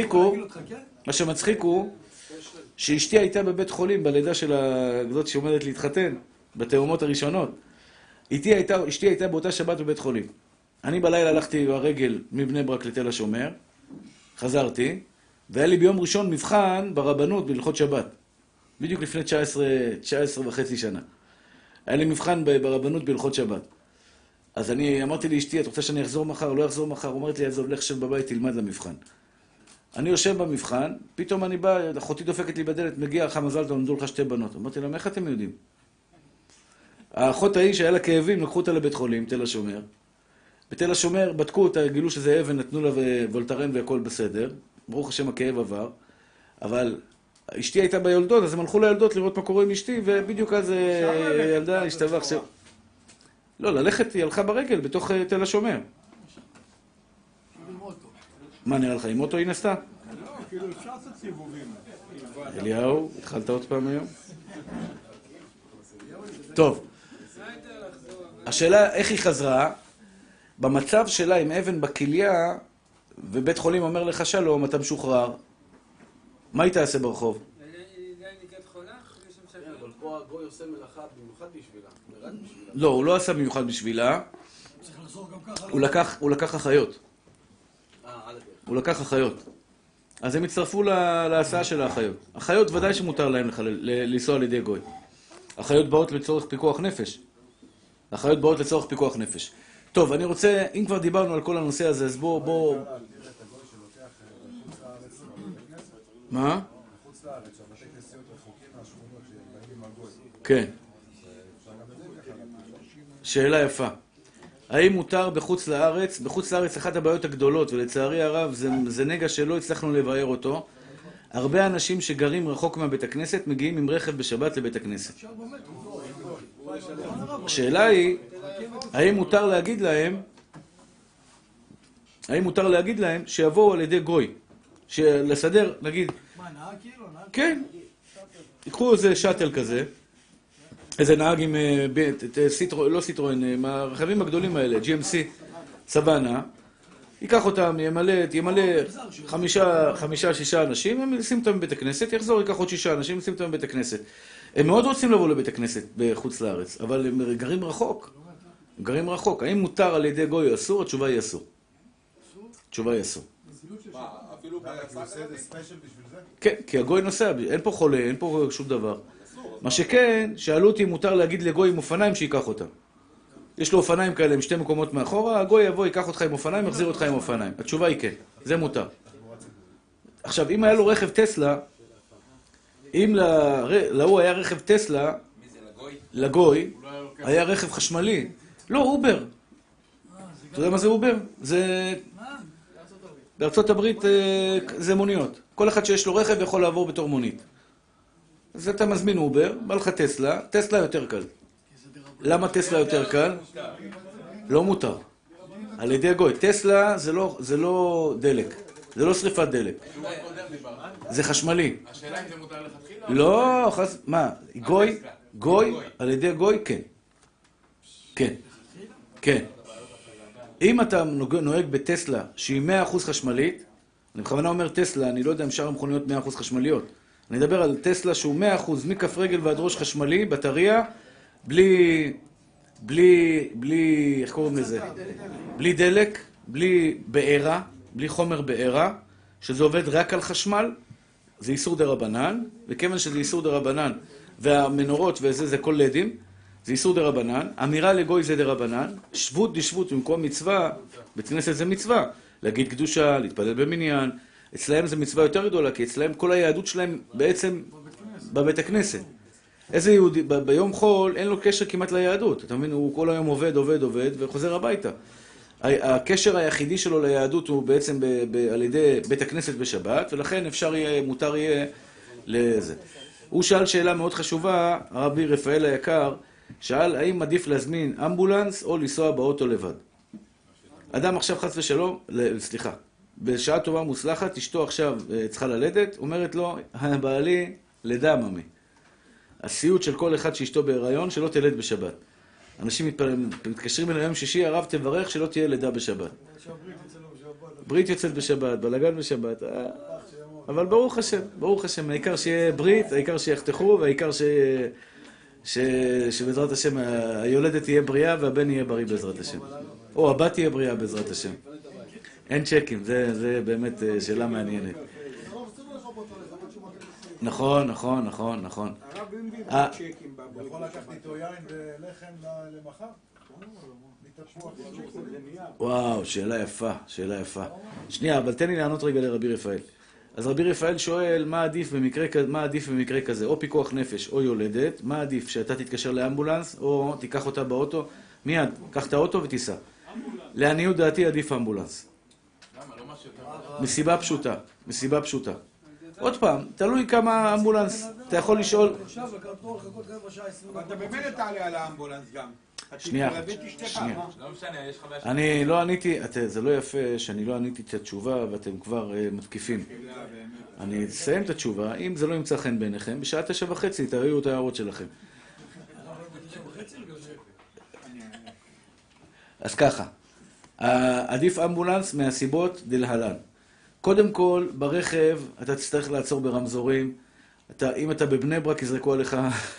שמצחיק הוא שאשתי הייתה בבית חולים בלידה של הגזות שעומדת להתחתן, בתאומות הראשונות. אשתי הייתה באותה שבת בבית חולים. אני בלילה הלכתי ברגל מבני ברק לתל השומר, חזרתי, והיה לי ביום ראשון מבחן ברבנות בהלכות שבת. בדיוק לפני 19 וחצי שנה. היה לי מבחן ברבנות בהלכות שבת. אז אני אמרתי לאשתי, את רוצה שאני אחזור מחר או לא אחזור מחר? אומרת לי, עזוב, לך שב בבית, תלמד למבחן. אני יושב במבחן, פתאום אני בא, אחותי דופקת לי בדלת, מגיע לך מזל, תעמדו לך 2 בנות. אמרתי להם, איך אתם יודעים? האחות ההיא שהיה לה כאבים, לקחו אותה לבית חולים, תל השומר. בתל השומר בדקו אותה, גילו שזה אבן, נתנו לה וולטרן והכל בסדר. ברוך השם הכאב עבר. אבל אשתי הייתה ביולדות, אז הם הלכו ליולדות לראות מה קורה עם אשתי, ובדיוק אז ילדה השתווה עכשיו. לא, ללכת, היא הלכה ברגל בתוך תל השומר. מה נראה לך, עם אוטו היא נסתה? לא, כאילו אפשר לעשות סיבובים. אליהו, התחלת עוד פעם היום? טוב. השאלה, איך היא חזרה? במצב שלה עם אבן בכליה, ובית חולים אומר לך שלום, אתה משוחרר. מה היא תעשה ברחוב? אבל פה הגוי עושה מלאכה במיוחד בשבילה. לא, הוא לא עשה במיוחד בשבילה. הוא לקח אחיות. הוא לקח אחיות. אז הם הצטרפו להסעה של האחיות. אחיות ודאי שמותר להם לנסוע על ידי גוי. אחיות באות לצורך פיקוח נפש. אחיות באות לצורך פיקוח נפש. טוב, אני רוצה, אם כבר דיברנו על כל הנושא הזה, אז בוא... מה? בחוץ לארץ, שהבתי כנסיות רחוקים מהשכונות שבאים עם הגוי. כן. שאלה יפה. האם מותר בחוץ לארץ? בחוץ לארץ אחת הבעיות הגדולות, ולצערי הרב זה נגע שלא הצלחנו לבאר אותו. הרבה אנשים שגרים רחוק מהבית הכנסת מגיעים עם רכב בשבת לבית הכנסת. השאלה היא, האם מותר להגיד להם שיבואו על ידי גוי? לסדר, נגיד... מה, נהג כאילו? כן. יקחו איזה שאטל כזה, איזה נהג עם, לא סיטרואן, מהרכבים הגדולים האלה, GMC, סבנה, ייקח אותם, ימלא 5-6 אנשים, הם ישים אותם בבית הכנסת, יחזור, ייקח עוד 6 אנשים, ישים אותם בבית הכנסת. הם מאוד רוצים לבוא לבית הכנסת בחוץ לארץ, אבל הם גרים רחוק. גרים רחוק. האם מותר על ידי גוי או אסור? התשובה היא אסור. התשובה היא אסור. מה, אפילו הוא עושה בהצעה את זה ספיישל בשביל זה? כן, כי הגוי נוסע, אין פה חולה, אין פה שום דבר. מה שכן, שאלו אותי אם מותר להגיד לגוי עם אופניים שיקח אותם. יש לו אופניים כאלה עם 2 מקומות מאחורה, הגוי יבוא, ייקח אותך עם אופניים, יחזיר אותך עם אופניים. התשובה היא כן, זה מותר. עכשיו, אם היה לו רכב טסלה, אם להוא היה רכב טסלה, מי זה, לגוי? לגוי, היה רכב חשמלי. לא, אובר. אתה יודע מה זה אובר? זה... בארצות הברית זה מוניות. כל אחד שיש לו רכב יכול לעבור בתור מונית. אז אתה מזמין אובר, בא לך טסלה, טסלה יותר קל. למה טסלה יותר קל? לא מותר. על ידי גוי. טסלה זה לא דלק. זה לא שריפת דלק. זה חשמלי. השאלה אם זה מותר לכתחילה? לא, מה? גוי, על ידי גוי, כן. כן. כן. אם אתה נוהג בטסלה שהיא 100% חשמלית, אני בכוונה אומר טסלה, אני לא יודע אם שאר המכוניות 100% חשמליות. אני מדבר על טסלה שהוא 100% מכף רגל ועד ראש חשמלי, בטריה, בלי, איך קוראים לזה? בלי דלק, בלי בעירה, בלי חומר בעירה, שזה עובד רק על חשמל, זה איסור דרבנן, וכיוון שזה איסור דרבנן, והמנורות וזה זה כל לדים, זה איסור דרבנן, אמירה לגוי זה דרבנן, שבות דשבות במקום מצווה, בית כנסת זה מצווה, להגיד קדושה, להתפלל במניין, אצלהם זה מצווה יותר גדולה, כי אצלהם כל היהדות שלהם בעצם בבית הכנסת. איזה יהודי, ביום חול אין לו קשר כמעט ליהדות, אתה מבין? הוא כל היום עובד וחוזר הביתה. הקשר היחידי שלו ליהדות הוא בעצם על ידי בית הכנסת בשבת, ולכן מותר יהיה לזה. הוא שאל שאלה מאוד חשובה, הרבי רפאל היקר, שאל האם עדיף להזמין אמבולנס או לנסוע באוטו לבד. אדם עכשיו חס ושלום, סליחה, בשעה טובה מוצלחת, אשתו עכשיו צריכה ללדת, אומרת לו, בעלי לידה ממי. הסיוט של כל אחד שאשתו בהיריון שלא תלד בשבת. אנשים מתקשרים אל היום שישי, הרב תברך שלא תהיה לידה בשבת. ברית יוצאת בשבת, בלגן בשבת. אבל ברוך השם, העיקר שיהיה ברית, העיקר שיחתכו, והעיקר שבעזרת השם היולדת תהיה בריאה והבן יהיה בריא בעזרת השם. או הבת תהיה בריאה בעזרת השם. אין צ'קים, זה באמת שאלה מעניינת. נכון. הרב אם דיבר צ'קים בברית. יכול לקחת איתו יין ולחם למחר? וואו, שאלה יפה. שנייה, אבל תן לי לענות רגע לרבי רפאל. אז רבי רפאל שואל, מה עדיף במקרה כזה? או פיקוח נפש או יולדת, מה עדיף? שאתה תתקשר לאמבולנס או תיקח אותה באוטו? מיד, קח את האוטו ותיסע. לעניות דעתי עדיף אמבולנס. למה? לא משהו יותר... מסיבה פשוטה. עוד פעם, תלוי כמה אמבולנס, אתה יכול לשאול... אבל אתה באמת תעלה על האמבולנס גם. שנייה. לא משנה, יש לך בעיה... אני לא עניתי, זה לא יפה שאני לא עניתי את התשובה ואתם כבר מתקיפים. אני אסיים את התשובה, אם זה לא ימצא חן בעיניכם, בשעה 9:30 תראו את ההערות שלכם. אז ככה, עדיף אמבולנס מהסיבות דלהלן. קודם כל, ברכב אתה תצטרך לעצור ברמזורים. אם אתה בבני ברק, יזרקו עליך...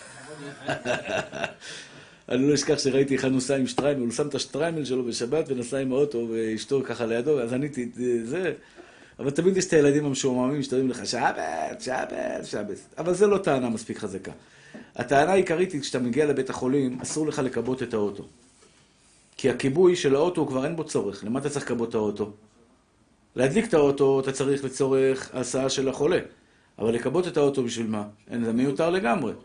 אני לא אשכח שראיתי איך נוסע עם שטריימל, הוא שם את השטריימל שלו בשבת ונסע עם האוטו ואשתו ככה לידו, אז עניתי את זה. אבל תמיד יש את הילדים המשועממים שתרים לך שבת. אבל זה לא טענה מספיק חזקה. הטענה העיקרית היא כשאתה מגיע לבית החולים, אסור לך לקבות את האוטו. כי הכיבוי של האוטו כבר אין בו צורך. למה אתה צריך לקבות את האוטו? להדליק את האוטו אתה צריך לצורך הסעה של החולה. אבל לקבות את האוטו בשביל מה? זה מיותר לגמרי.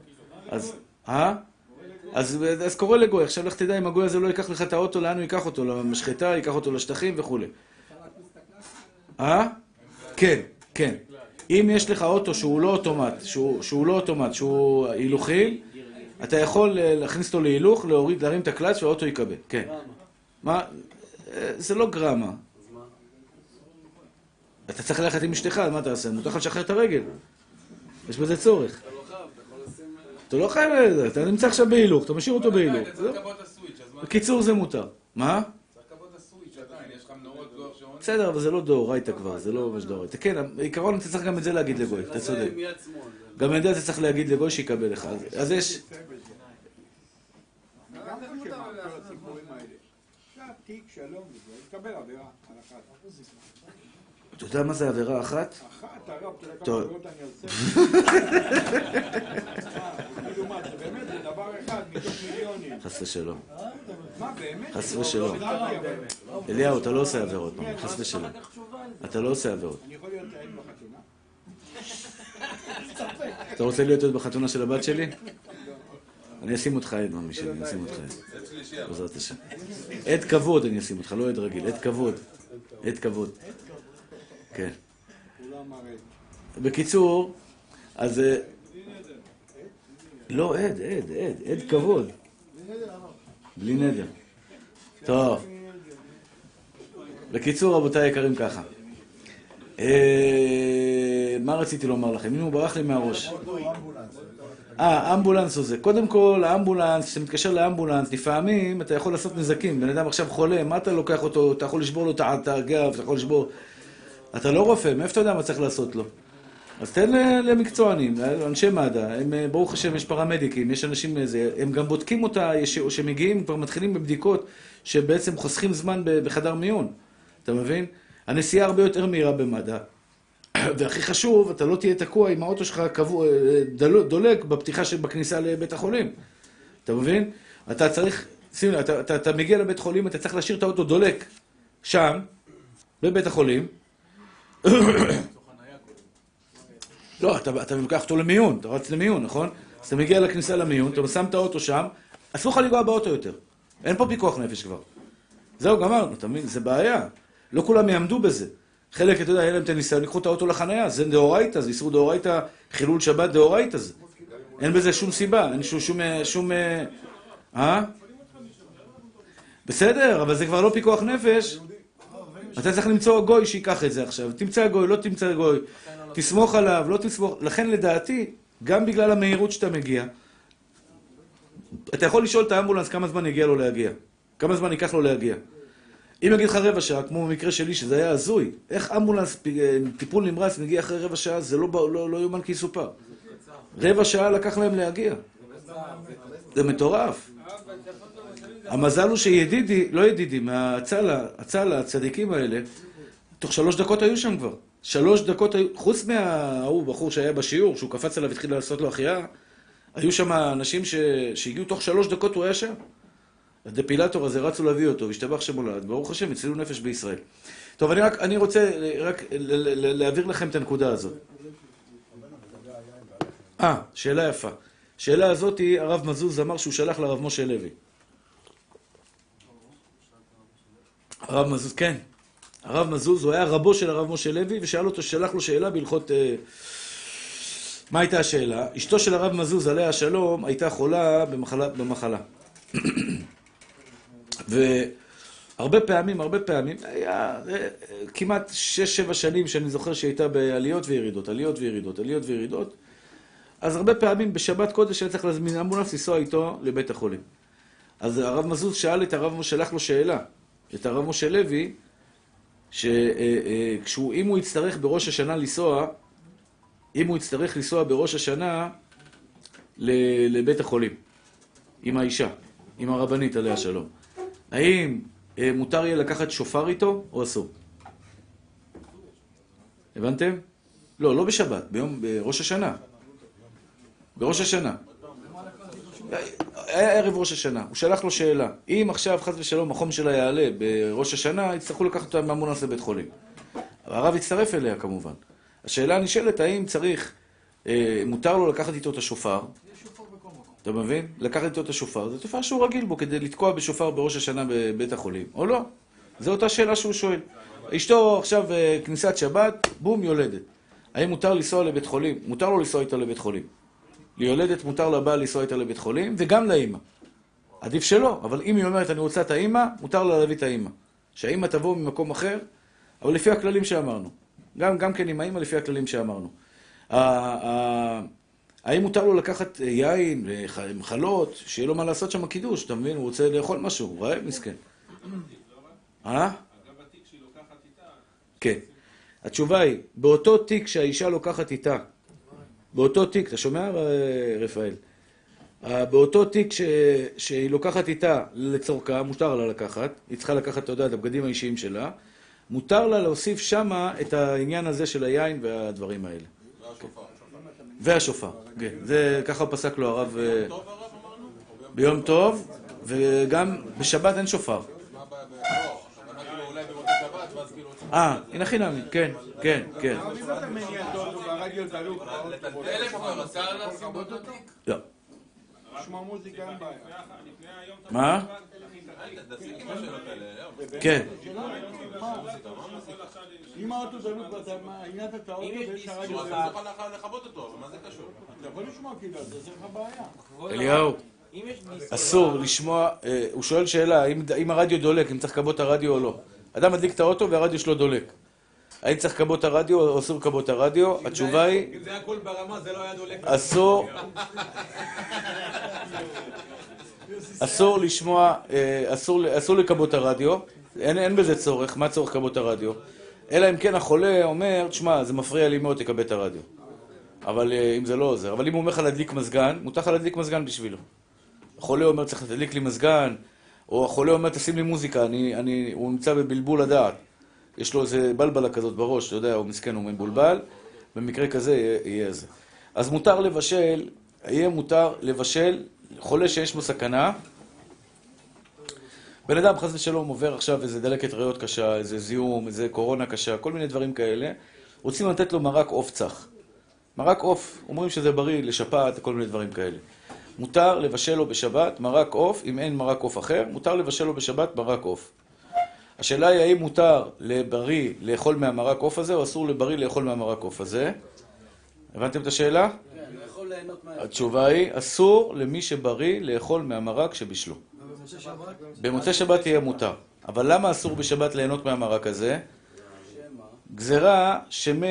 אז קורא לגוי, עכשיו לך תדע אם הגוי הזה לא ייקח לך את האוטו, לאן הוא ייקח אותו? למשחטה, ייקח אותו לשטחים וכו'. כן. אם יש לך אוטו שהוא לא אוטומט, שהוא הילוכי, אתה יכול להכניס אותו להילוך, להרים את הקלאץ' והאוטו יקבל. כן. מה? זה לא גרמה. אתה צריך ללכת עם אשתך, מה אתה עושה? מותר לך לשחרר את הרגל. יש בזה צורך. אתה לא חייב, אתה נמצא עכשיו בהילוך, אתה משאיר אותו בהילוך. בקיצור זה מותר. מה? צריך לקבות את הסוויץ' עדיין, יש לך מנורות לוח שעון. בסדר, אבל זה לא דאורייתא כבר, זה לא ממש דאורייתא. כן, בעיקרון אתה צריך גם את זה להגיד לגוי, אתה צודק. גם את זה אתה צריך להגיד לגוי שיקבל לך. אז יש... גם חושב על כל הסיפורים האלה. תיק שלום וזה, תקבל עבירה על אחת. אתה יודע מה זה עבירה אחת? אחת, הרב, אתה יודע כמה טוב. עבירות אני עושה? כאילו מה, זה באמת, זה דבר אחד מתוך מיליונים. חס ושלום. מה, באמת? חס ושלום. אליהו, אתה לא עושה עבירות, חס ושלום. אתה לא עושה עבירות. אני יכול להיות עד בחתונה? אתה רוצה להיות עד בחתונה של הבת שלי? אני אשים אותך עד, ממי שלי, אני אשים אותך עד. בעזרת השם. עד כבוד אני אשים אותך, לא עד רגיל, עד כבוד. עד כבוד. כן. כולם מראה. בקיצור, אז... לא, עד כבוד. בלי נדר. טוב. בקיצור, רבותיי היקרים ככה. מה רציתי לומר לכם? הנה הוא ברח לי מהראש. האמבולנס הזה. קודם כל, האמבולנס, כשאתה מתקשר לאמבולנס, לפעמים אתה יכול לעשות נזקים. בן אדם עכשיו חולה, מה אתה לוקח אותו? אתה יכול לשבור לו את הגב, אתה יכול לשבור... אתה לא רופא, מאיפה אתה יודע מה צריך לעשות לו? אז תן למקצוענים, לאנשי מד"א, הם ברוך השם, יש פרמדיקים, יש אנשים איזה, הם גם בודקים אותה, שמגיעים, כבר מתחילים בבדיקות, שבעצם חוסכים זמן בחדר מיון. אתה מבין? הנסיעה הרבה יותר מהירה במד"א. והכי חשוב, אתה לא תהיה תקוע עם האוטו שלך דולק בפתיחה בכניסה לבית החולים. אתה מבין? אתה צריך, שים לב, אתה מגיע לבית חולים, אתה צריך להשאיר את האוטו דולק שם, בבית החולים. לא, אתה לוקח אותו למיון, אתה רץ למיון, נכון? אז אתה מגיע לכניסה למיון, אתה שם את האוטו שם, אסור לך לגוע באוטו יותר. אין פה פיקוח נפש כבר. זהו, גמרנו, אתה מבין? זה בעיה. לא כולם יעמדו בזה. חלק, אתה יודע, יהיה להם את הניסיון, לקחו את האוטו לחנייה, זה דאורייתא, זה איסור דאורייתא, חילול שבת דאורייתא זה. אין בזה שום סיבה, אין שום... בסדר, אבל זה כבר לא פיקוח נפש. אתה צריך למצוא גוי שיקח את זה עכשיו. תמצא גוי, לא תמצא גוי. תסמוך עליו, לא תסמוך. לכן לדעתי, גם בגלל המהירות שאתה מגיע, אתה יכול לשאול את האמבולנס כמה זמן יגיע לו להגיע. כמה זמן ייקח לו להגיע. אם יגיד לך רבע שעה, כמו במקרה שלי, שזה היה הזוי, איך אמבולנס טיפול נמרץ מגיע אחרי רבע שעה, זה לא יומן כי יסופר. רבע שעה לקח להם להגיע. זה מטורף. המזל הוא שידידי, לא ידידי, מהצל, הצדיקים האלה, תוך 3 דקות היו שם כבר. 3 דקות היו, חוץ מההוא בחור שהיה בשיעור, שהוא קפץ עליו והתחיל לעשות לו החייאה, היו שם אנשים שהגיעו תוך 3 דקות, הוא היה שם. הדפילטור הזה רצו להביא אותו, והשתבח שמולד, ברוך השם, הצילו נפש בישראל. טוב, אני רוצה רק להעביר לכם את הנקודה הזאת. שאלה יפה. שאלה הזאת, הרב מזוז אמר שהוא שלח לרב משה לוי. הרב מזוז, כן. הרב מזוז, הוא היה רבו של הרב משה לוי, ושאל אותו, שלח לו שאלה בהלכות... מה הייתה השאלה? אשתו של הרב מזוז, עליה השלום, הייתה חולה במחלה. והרבה פעמים, היה כמעט 6-7 שנים שאני זוכר שהייתה בעליות וירידות. אז הרבה פעמים בשבת קודש היה צריך להזמין אמבולנס לנסוע איתו לבית החולים. אז הרב מזוז שאל את הרב, שלח לו שאלה, את הרב משה לוי, אם הוא יצטרך בראש השנה לנסוע, בראש השנה לבית החולים, עם האישה, עם הרבנית עליה שלום. האם מותר יהיה לקחת שופר איתו או אסור? הבנתם? לא בשבת, בראש השנה. בראש השנה. היה ערב ראש השנה, הוא שלח לו שאלה. אם עכשיו חס ושלום החום שלה יעלה בראש השנה, יצטרכו לקחת אותה מאמבולנס לבית חולים. הרב יצטרף אליה כמובן. השאלה נשאלת, האם מותר לו לקחת איתו את השופר? אתה מבין? לקחת איתו את השופר, זה תופעה שהוא רגיל בו כדי לתקוע בשופר בראש השנה בבית החולים, או לא? זו אותה שאלה שהוא שואל. אשתו עכשיו כניסת שבת, בום, יולדת. האם מותר לנסוע לבית חולים? מותר לו לנסוע איתה לבית חולים. ליולדת מותר לבעל לנסוע איתה לבית חולים, וגם לאמא. עדיף שלא, אבל אם היא אומרת אני רוצה את האמא, מותר לה להביא את האמא. שהאמא תבוא ממקום אחר, אבל לפי הכללים שאמרנו. גם כן עם האמא לפי הכללים שאמרנו. האם מותר לו לקחת יין ומחלות, שיהיה לו מה לעשות שם קידוש, אתה מבין? הוא רוצה לאכול משהו, הוא רעב מסכן. גם בתיק שהיא לוקחת איתה? כן. התשובה היא, באותו תיק שהאישה לוקחת איתה, באותו תיק, אתה שומע רפאל? באותו תיק שהיא לוקחת איתה לצורכה, מותר לה לקחת, היא צריכה לקחת, אתה יודע, את הבגדים האישיים שלה, מותר לה להוסיף שמה את העניין הזה של היין והדברים האלה. והשופר, כן. זה ככה פסק לו הרב ביום טוב, וגם בשבת אין שופר. הנה חינמי, כן, כן, כן. לא. מה? כן. אם האוטו דלוק ואתה עינת את האוטו ויש הרדיו... אתה יכול לכבות אותו, אבל מה זה קשור? אתה יכול לשמוע כאילו, זה עושה לך בעיה. אליהו, אסור לשמוע, הוא שואל שאלה, אם הרדיו דולק, אם צריך לכבות את הרדיו או לא. אדם מדליק את האוטו והרדיו שלו דולק. האם צריך לכבות את הרדיו או אסור לכבות את הרדיו? התשובה היא... אם זה היה הכל ברמה, זה לא היה דולק. אסור לשמוע, אסור לכבות את הרדיו. אין בזה צורך, מה צורך לכבות את הרדיו? אלא אם כן החולה אומר, תשמע, זה מפריע לי מאוד, תכבה את הרדיו. אבל אם זה לא עוזר. אבל אם הוא אומר לך להדליק מזגן, מותר לך להדליק מזגן בשבילו. החולה אומר, צריך להדליק לי מזגן, או החולה אומר, תשים לי מוזיקה, הוא נמצא בבלבול הדעת. יש לו איזה בלבלה כזאת בראש, אתה יודע, הוא מסכן, הוא מבולבל, במקרה כזה יהיה זה. אז מותר לבשל, יהיה מותר לבשל, חולה שיש בו סכנה, בן אדם חס ושלום עובר עכשיו איזה דלקת ריאות קשה, איזה זיהום, איזה קורונה קשה, כל מיני דברים כאלה, רוצים לתת לו מרק עוף צח. מרק עוף, אומרים שזה בריא לשפעת, כל מיני דברים כאלה. מותר לבשל לו בשבת מרק עוף, אם אין מרק עוף אחר, מותר לבשל לו בשבת מרק עוף. השאלה היא האם מותר לבריא לאכול מהמרק עוף הזה, או אסור לבריא לאכול מהמרק עוף הזה. הבנתם את השאלה? כן, הוא יכול ליהנות מה... התשובה היא, אסור למי שבריא לאכול מהמרק שבשלו. במוצאי שבת? במוצאי שבת יהיה מותר. אבל למה אסור בשבת ליהנות מהמרק הזה? גזרה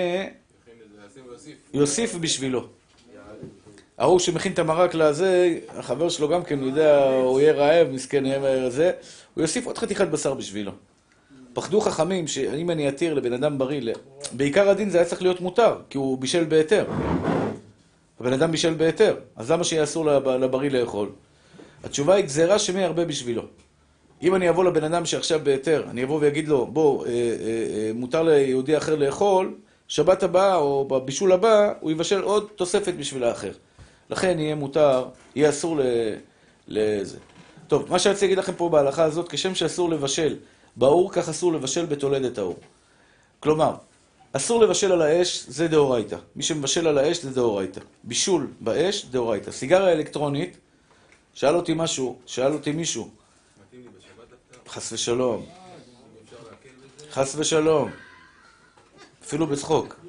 יוסיף בשבילו. ההוא שמכין את המרק לזה, החבר שלו גם כן, הוא יודע, הוא יהיה רעב, מסכן, יהיה זה, הוא יוסיף עוד חתיכת בשר בשבילו. פחדו חכמים שאם אני אתיר לבן אדם בריא, בעיקר הדין זה היה צריך להיות מותר, כי הוא בישל בהיתר. הבן אדם בישל בהיתר, אז למה שיהיה אסור לבריא לאכול? התשובה היא גזרה שמי הרבה בשבילו. אם אני אבוא לבן אדם שעכשיו בהיתר, אני אבוא ויגיד לו, בוא, מותר ליהודי אחר לאכול, שבת הבאה או בבישול הבא, הוא יבשל עוד תוספת בשביל האחר. לכן יהיה מותר, יהיה אסור לזה. טוב, מה שאני רוצה להגיד לכם פה בהלכה הזאת, כשם שאסור לבשל באור, כך אסור לבשל בתולדת האור. כלומר, אסור לבשל על האש, זה דאורייתא. מי שמבשל על האש זה דאורייתא. בישול באש, דאורייתא. סיגריה אלקטרונית, שאל אותי מישהו, חס ושלום, חס ושלום, אפילו בצחוק.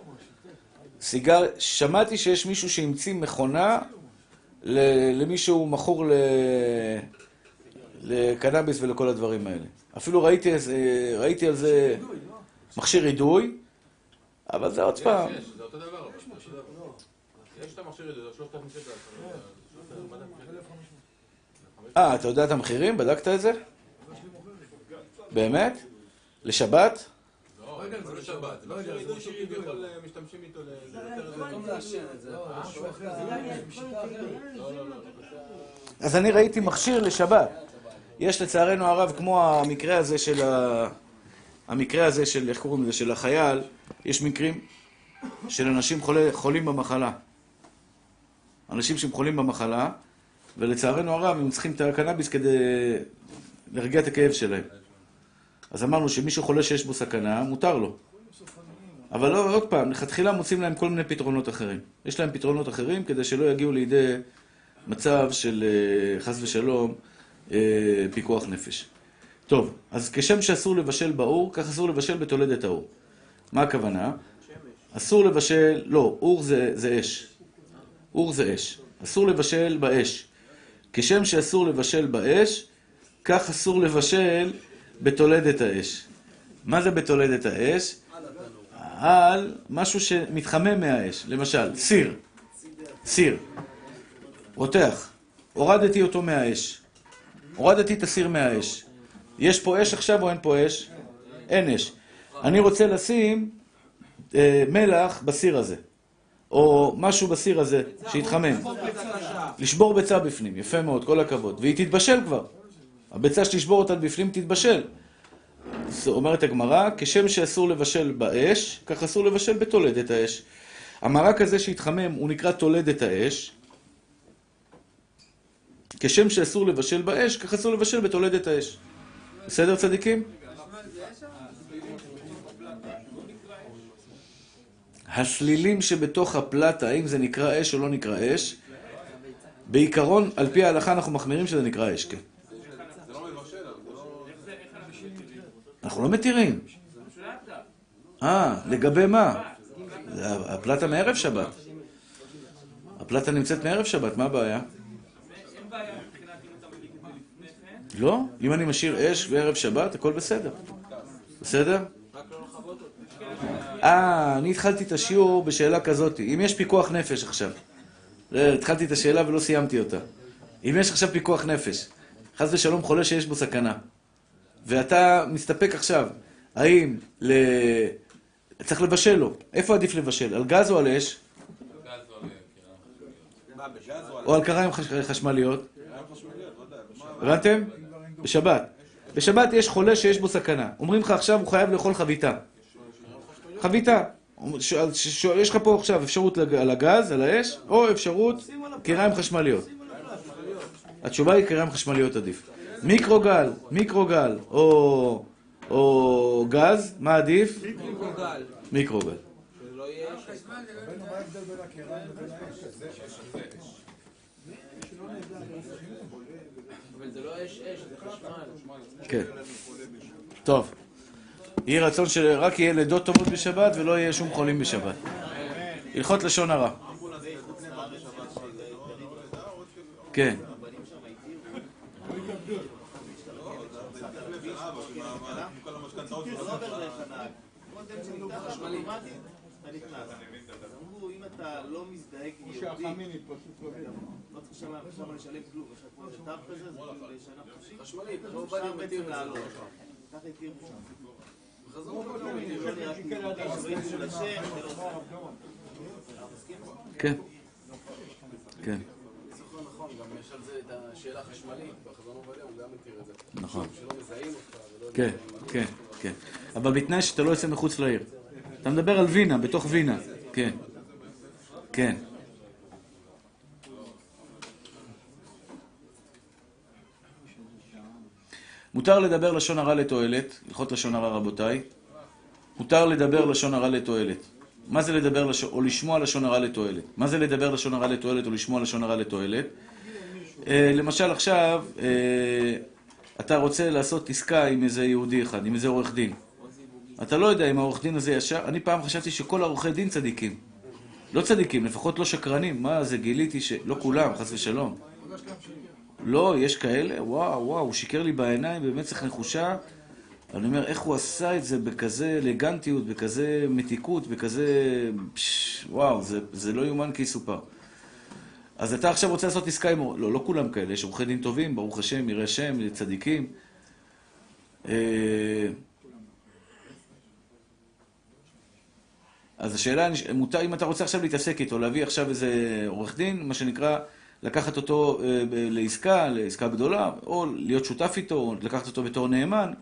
שמעתי שיש מישהו שהמציא מכונה למישהו מכור לקנאביס ולכל הדברים האלה. אפילו ראיתי על זה מכשיר אידוי, אבל זה עוד פעם. יש, זה אותו דבר. יש את המכשיר אידוי, זה 3,000 שקל. אתה יודע את המחירים? בדקת את זה? באמת? לשבת? לא, לא לשבת. זה מכשיר אידוי שכביכול משתמשים איתו במקום לעשן את זה. אז אני ראיתי מכשיר לשבת. יש לצערנו הרב, כמו המקרה הזה של, איך קוראים לזה, של החייל, יש מקרים של אנשים חולים במחלה. אנשים שהם חולים במחלה, ולצערנו הרב, הם צריכים את הקנאביס כדי להרגיע את הכאב שלהם. אז אמרנו שמי שחולה שיש בו סכנה, מותר לו. אבל לא, עוד פעם, לכתחילה מוצאים להם כל מיני פתרונות אחרים. יש להם פתרונות אחרים כדי שלא יגיעו לידי מצב של חס ושלום פיקוח נפש. טוב, אז כשם שאסור לבשל באור, כך אסור לבשל בתולדת האור. מה הכוונה? אסור לבשל, לא, אור זה אש. אור זה אש. אסור לבשל באש. כשם שאסור לבשל באש, כך אסור לבשל בתולדת האש. מה זה בתולדת האש? על משהו שמתחמם מהאש. למשל, סיר. רותח. הורדתי אותו מהאש. הורדתי את הסיר מהאש. יש פה אש עכשיו או אין פה אש? אין אש. אני רוצה לשים מלח בסיר הזה. או משהו בסיר הזה, שיתחמם. לשבור ביצה בפנים, יפה מאוד, כל הכבוד. והיא תתבשל כבר. הביצה שתשבור אותה בפנים תתבשל. אומרת הגמרא, כשם שאסור לבשל באש, כך אסור לבשל בתולדת האש. המרק הזה שהתחמם הוא נקרא תולדת האש. כשם שאסור לבשל באש, כך אסור לבשל בתולדת האש. בסדר צדיקים? הסלילים שבתוך הפלטה, האם זה נקרא אש או לא נקרא אש? בעיקרון, על פי ההלכה אנחנו מחמירים שזה נקרא אש, כן. זה לא מבשל, אבל זה לא... אנחנו לא מתירים. לגבי מה? הפלטה מערב שבת. הפלטה נמצאת מערב שבת, מה הבעיה? אין בעיה מבחינת אם אתה מדליק את זה לפני כן. לא, אם אני משאיר אש בערב שבת, הכל בסדר. בסדר? אני התחלתי את השיעור בשאלה כזאת. אם יש פיקוח נפש עכשיו, התחלתי את השאלה ולא סיימתי אותה. אם יש עכשיו פיקוח נפש, חס ושלום חולה שיש בו סכנה, ואתה מסתפק עכשיו, האם צריך לבשל לו? איפה עדיף לבשל? על גז או על אש? או על קריים חשמליות? הבנתם? בשבת. בשבת יש חולה שיש בו סכנה. אומרים לך עכשיו הוא חייב לאכול חביתה. חביתה. יש לך פה עכשיו אפשרות על הגז, על האש, או אפשרות קריים חשמליות. התשובה היא קריים חשמליות עדיף. מיקרוגל או גז, מה עדיף? מיקרוגל. אבל זה לא אש, זה חשמל. כן. טוב. יהי רצון שרק יהיה לידות טובות בשבת ולא יהיה שום חולים בשבת. הלכות לשון הרע. כן. אם אתה לא מזדהק יהודי, לא צריך שם לשלם כלום, יש לך כמו איזה טאב כזה, זה כאילו לשנה חופשית, חשמלית, אפשר בעצם לעלות. ככה התיר פה. חזרו לא נראה כאילו שבאים לשם, כן. כן. זוכר נכון, גם יש על זה את השאלה החשמלית, בחזון עובדיה הוא גם מתיר את זה. נכון. שלא מזהים אותך ולא... כן, כן, כן. אבל בתנאי שאתה לא יוצא מחוץ לעיר. אתה מדבר על וינה, בתוך וינה. כן. כן. מותר לדבר לשון הרע לתועלת, הלכות לשון הרע רבותיי. מותר לדבר לשון הרע לתועלת. מה זה לדבר או לשמוע לשון הרע לתועלת? מה זה לדבר לשון הרע לתועלת או לשמוע לשון הרע לתועלת? למשל עכשיו, אתה רוצה לעשות עסקה עם איזה יהודי אחד, עם איזה עורך דין. אתה לא יודע אם העורך דין הזה ישר, אני פעם חשבתי שכל העורכי דין צדיקים. לא צדיקים, לפחות לא שקרנים. מה זה, גיליתי שלא כולם, חס ושלום. לא, יש כאלה, וואו, הוא שיקר לי בעיניים, באמת צריך נחושה. אני אומר, איך הוא עשה את זה בכזה אלגנטיות, בכזה מתיקות, בכזה... וואו, זה לא יומן כי יסופר. אז אתה עכשיו רוצה לעשות עסקה עם... לא כולם כאלה, יש עורכי דין טובים, ברוך השם, ירא שם, צדיקים. אז השאלה, אם אתה רוצה עכשיו להתעסק איתו, להביא עכשיו איזה עורך דין, מה שנקרא, לקחת אותו לעסקה גדולה, או להיות שותף איתו, או לקחת אותו בתור נאמן,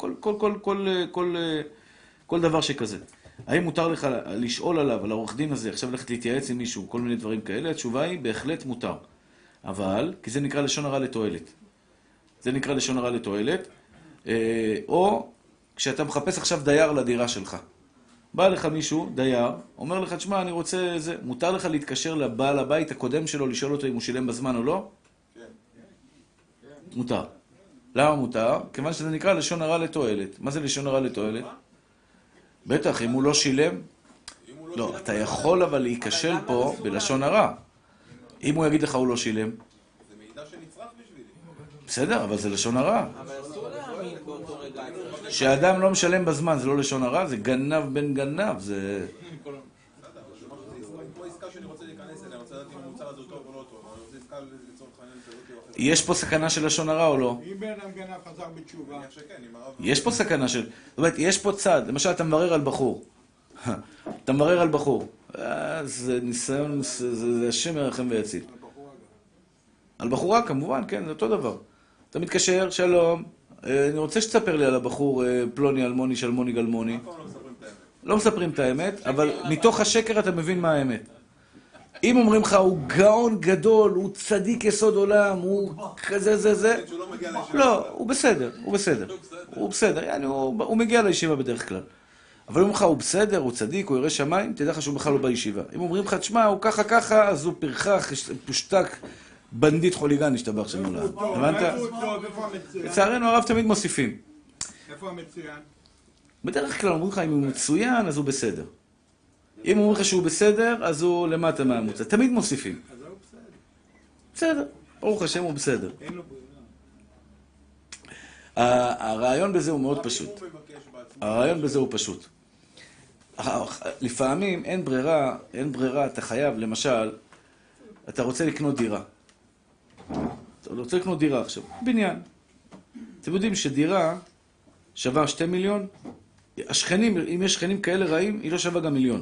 כל דבר שכזה. האם מותר לך לשאול עליו, על העורך דין הזה, עכשיו ללכת להתייעץ עם מישהו, כל מיני דברים כאלה? התשובה היא, בהחלט מותר. אבל, כי זה נקרא לשון הרע לתועלת. זה נקרא לשון הרע לתועלת. או, כשאתה מחפש עכשיו דייר לדירה שלך. בא לך מישהו, דייר, אומר לך, תשמע, אני רוצה זה. מותר לך להתקשר לבעל הבית הקודם שלו, לשאול אותו אם הוא שילם בזמן או לא? כן. מותר. למה מותר? כיוון שזה נקרא לשון הרע לתועלת. מה זה לשון הרע לתועלת? בטח, אם הוא לא שילם... לא, אתה יכול אבל להיכשל פה בלשון הרע. אם הוא יגיד לך הוא לא שילם. זה מידע שנצרך בשבילי. בסדר, אבל זה לשון הרע. אבל אסור להאמין באותו רגע. שאדם לא משלם בזמן, זה לא לשון הרע, זה גנב בן גנב, זה... כמו עסקה שאני רוצה להיכנס אליה, אני רוצה לדעת אם המוצר הזה טוב או לא טוב, אני רוצה עסקה לצורך העניין כזאת או אחרת. יש פה סכנה של לשון הרע או לא? אם בן אדם גנב חזר בתשובה. אני חושב שכן, עם הרב... יש פה סכנה של... זאת אומרת, יש פה צד, למשל אתה מברר על בחור. אתה מברר על בחור. זה ניסיון, זה השם ירחם ויציל. על בחורה כמובן, כן, זה אותו דבר. אתה מתקשר, שלום, אני רוצה שתספר לי על הבחור פלוני אלמוני שלמוני גלמוני. לא מספרים את האמת, אבל מתוך השקר אתה מבין מה האמת. אם אומרים לך, הוא גאון גדול, הוא צדיק יסוד עולם, הוא כזה זה, לא, הוא בסדר, הוא בסדר. הוא בסדר, יעני, הוא מגיע לישיבה בדרך כלל. אבל אם אומרים לך, הוא בסדר, הוא צדיק, הוא ירא שמיים, תדע לך שהוא בכלל לא בישיבה. אם אומרים לך, תשמע, הוא ככה, אז הוא פרחח, פושטק, בנדיט חוליגן השתבח שנולד. הבנת? לצערנו הרב תמיד מוסיפים. איפה המצוין? בדרך כלל אומרים לך, אם הוא מצוין, אז הוא בסדר. אם אומרים לך שהוא בסדר, אז הוא למטה מהמוצא. תמיד מוסיפים. אז הוא בסדר. בסדר. ברוך השם הוא בסדר. אין לו ברירה. הרעיון בזה הוא מאוד פשוט. הרעיון בזה הוא פשוט. לפעמים אין ברירה, אתה חייב, למשל, אתה רוצה לקנות דירה. אתה רוצה לקנות דירה עכשיו, בניין. אתם יודעים שדירה שווה 2 מיליון? השכנים, אם יש שכנים כאלה רעים, היא לא שווה גם מיליון.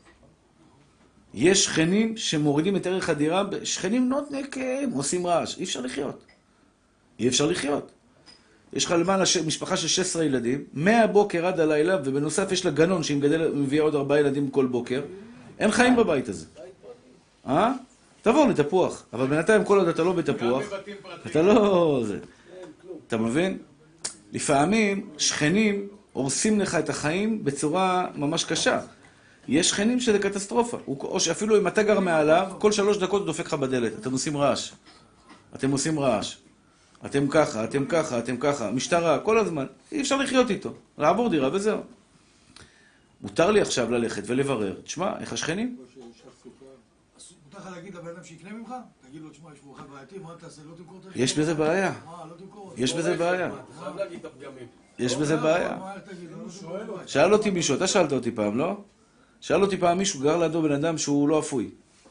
יש שכנים שמורידים את ערך הדירה, שכנים נודניקים, עושים רעש. אי אפשר לחיות. אי אפשר לחיות. יש לך למעלה משפחה של 16 ילדים, מהבוקר עד הלילה, ובנוסף יש לה גנון שהיא מביאה עוד 4 ילדים כל בוקר. אין חיים בבית הזה. תבוא לתפוח. אבל בינתיים כל עוד אתה לא בתפוח, אתה לא... אתה מבין? לפעמים שכנים הורסים לך את החיים בצורה ממש קשה. יש שכנים שזה קטסטרופה. או שאפילו אם אתה גר מעליו, כל 3 דקות הוא דופק לך בדלת. אתם עושים רעש. אתם עושים רעש. אתם ככה, אתם ככה, אתם ככה. משטרה, כל הזמן. אי אפשר לחיות איתו. לעבור דירה וזהו. מותר לי עכשיו ללכת ולברר. תשמע, איך השכנים? מותר לך להגיד לבן אדם שיקנה ממך? תגיד לו, תשמע, יש פה אחד בעייתי, מה תעשה? לא תמכור את יש בזה בעיה. לא תמכור? יש בזה בעיה. אתה חייב להגיד את הפגמים. יש בזה בעיה. שאל אותי מישהו, אתה שאלת אותי פעם, לא? שאל אותי פעם מישהו, גר לידו בן אדם שהוא לא אפוי.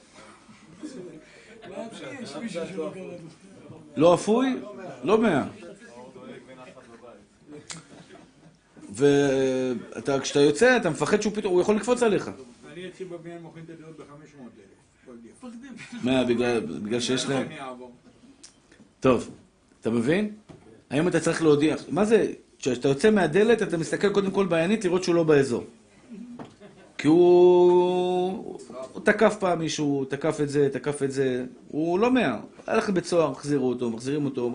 לא אפוי? לא 100. וכשאתה יוצא, אתה מפחד שהוא פתאום, הוא יכול לקפוץ עליך. אני אצלי בבניין מוכרים את הדירות ב-500,000. 100 בגלל שיש להם. טוב, אתה מבין? היום אתה צריך להודיע. מה זה? כשאתה יוצא מהדלת, אתה מסתכל קודם כל בעיינית לראות שהוא לא באזור. כי הוא תקף פעם מישהו, תקף את זה, הוא לא 100. הלך לבית סוהר, מחזירים אותו.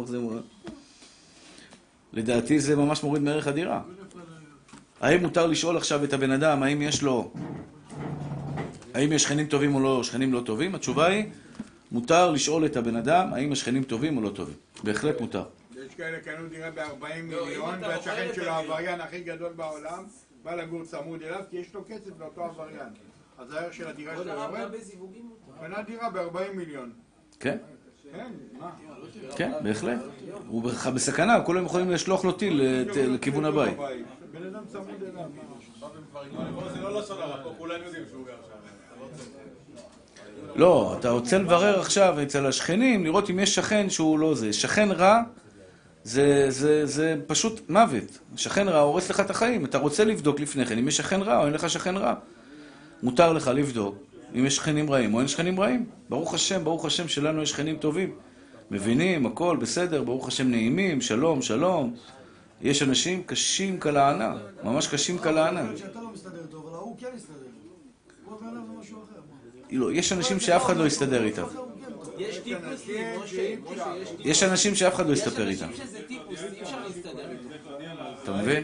לדעתי זה ממש מוריד מערך הדירה. האם מותר לשאול עכשיו את הבן אדם, האם יש שכנים טובים או לא, שכנים לא טובים? התשובה היא, מותר לשאול את הבן אדם, האם השכנים טובים או לא טובים. בהחלט מותר. יש כאלה קנו דירה ב-40 מיליון, והשכן שלו העבריין הכי גדול בעולם, בא לגור צמוד אליו, כי יש לו כסף לאותו עבריין. אז הערך של הדירה שלו יורד, בנה דירה ב-40 מיליון. כן? כן, מה? כן, בהחלט. הוא בסכנה, כולם יכולים לשלוח לו טיל לכיוון הבית. בן אדם צמוד אליו. זה לא לשון הרע, פה כולם יודעים שהוא גר שם. לא, אתה רוצה לברר עכשיו אצל השכנים, לראות אם יש שכן שהוא לא זה. שכן רע, זה פשוט מוות. שכן רע הורס לך את החיים. אתה רוצה לבדוק לפני כן, אם יש שכן רע או אין לך שכן רע. מותר לך לבדוק אם יש שכנים רעים או אין שכנים רעים. ברוך השם שלנו יש שכנים טובים. מבינים, הכל בסדר, ברוך השם נעימים, שלום. יש אנשים קשים כלענה, ממש קשים כלענה. שאתה לא מסתדר טוב, אבל הוא כן יסתדר. הוא אומר להם זה משהו אחר. לא, יש אנשים שאף אחד לא יסתדר איתם. יש טיפוסים, משה, יש אנשים שאף אחד לא יסתפר איתם. יש איזה טיפוס, אי אפשר להסתדר איתו. אתה מבין?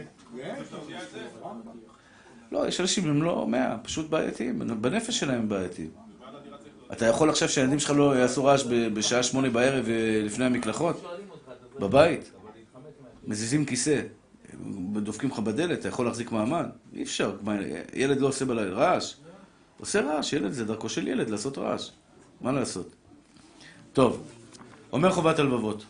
לא, יש אנשים הם לא 100, פשוט בעייתיים, בנפש שלהם הם בעייתיים. אתה יכול עכשיו שהילדים שלך לא יעשו רעש בשעה 8 בערב לפני המקלחות? בבית? מזיזים כיסא, דופקים לך בדלת, אתה יכול להחזיק מעמד? אי אפשר, ילד לא עושה בלילה רעש. עושה רעש, ילד, זה דרכו של ילד לעשות רעש. מה לעשות? טוב, אומר חובת הלבבות.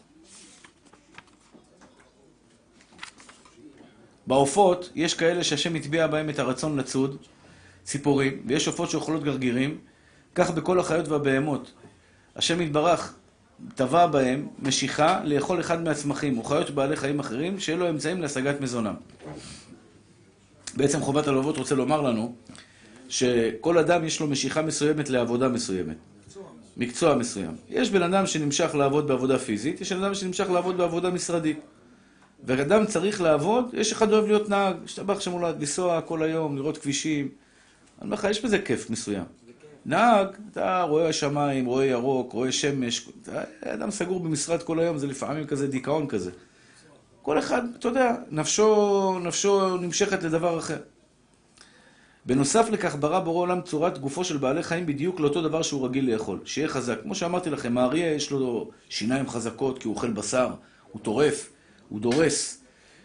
בעופות יש כאלה שהשם הטביע בהם את הרצון לצוד, ציפורים, ויש עופות שאוכלות גרגירים, כך בכל החיות והבהמות. השם יתברך טבע בהם משיכה לאכול אחד מהצמחים, או חיות בעלי חיים אחרים, שיהיה לו אמצעים להשגת מזונם. בעצם חובת הלבבות רוצה לומר לנו, שכל אדם יש לו משיכה מסוימת לעבודה מסוימת. מקצוע מסוים. יש בן אדם שנמשך לעבוד בעבודה פיזית, יש בן אדם שנמשך לעבוד בעבודה משרדית. ואדם צריך לעבוד, יש אחד אוהב להיות נהג, שתבח שמולד, לנסוע כל היום, לראות כבישים. אני אומר לך, יש בזה כיף מסוים. נהג, אתה רואה שמיים, רואה ירוק, רואה שמש, אדם סגור במשרד כל היום, זה לפעמים כזה דיכאון כזה. כל אחד, אתה יודע, נפשו נמשכת לדבר אחר. בנוסף לכך, ברא בורא עולם צורת גופו של בעלי חיים בדיוק לאותו דבר שהוא רגיל לאכול, שיהיה חזק. כמו שאמרתי לכם, האריה יש לו שיניים חזקות כי הוא אוכל בשר, הוא טורף, הוא דורס.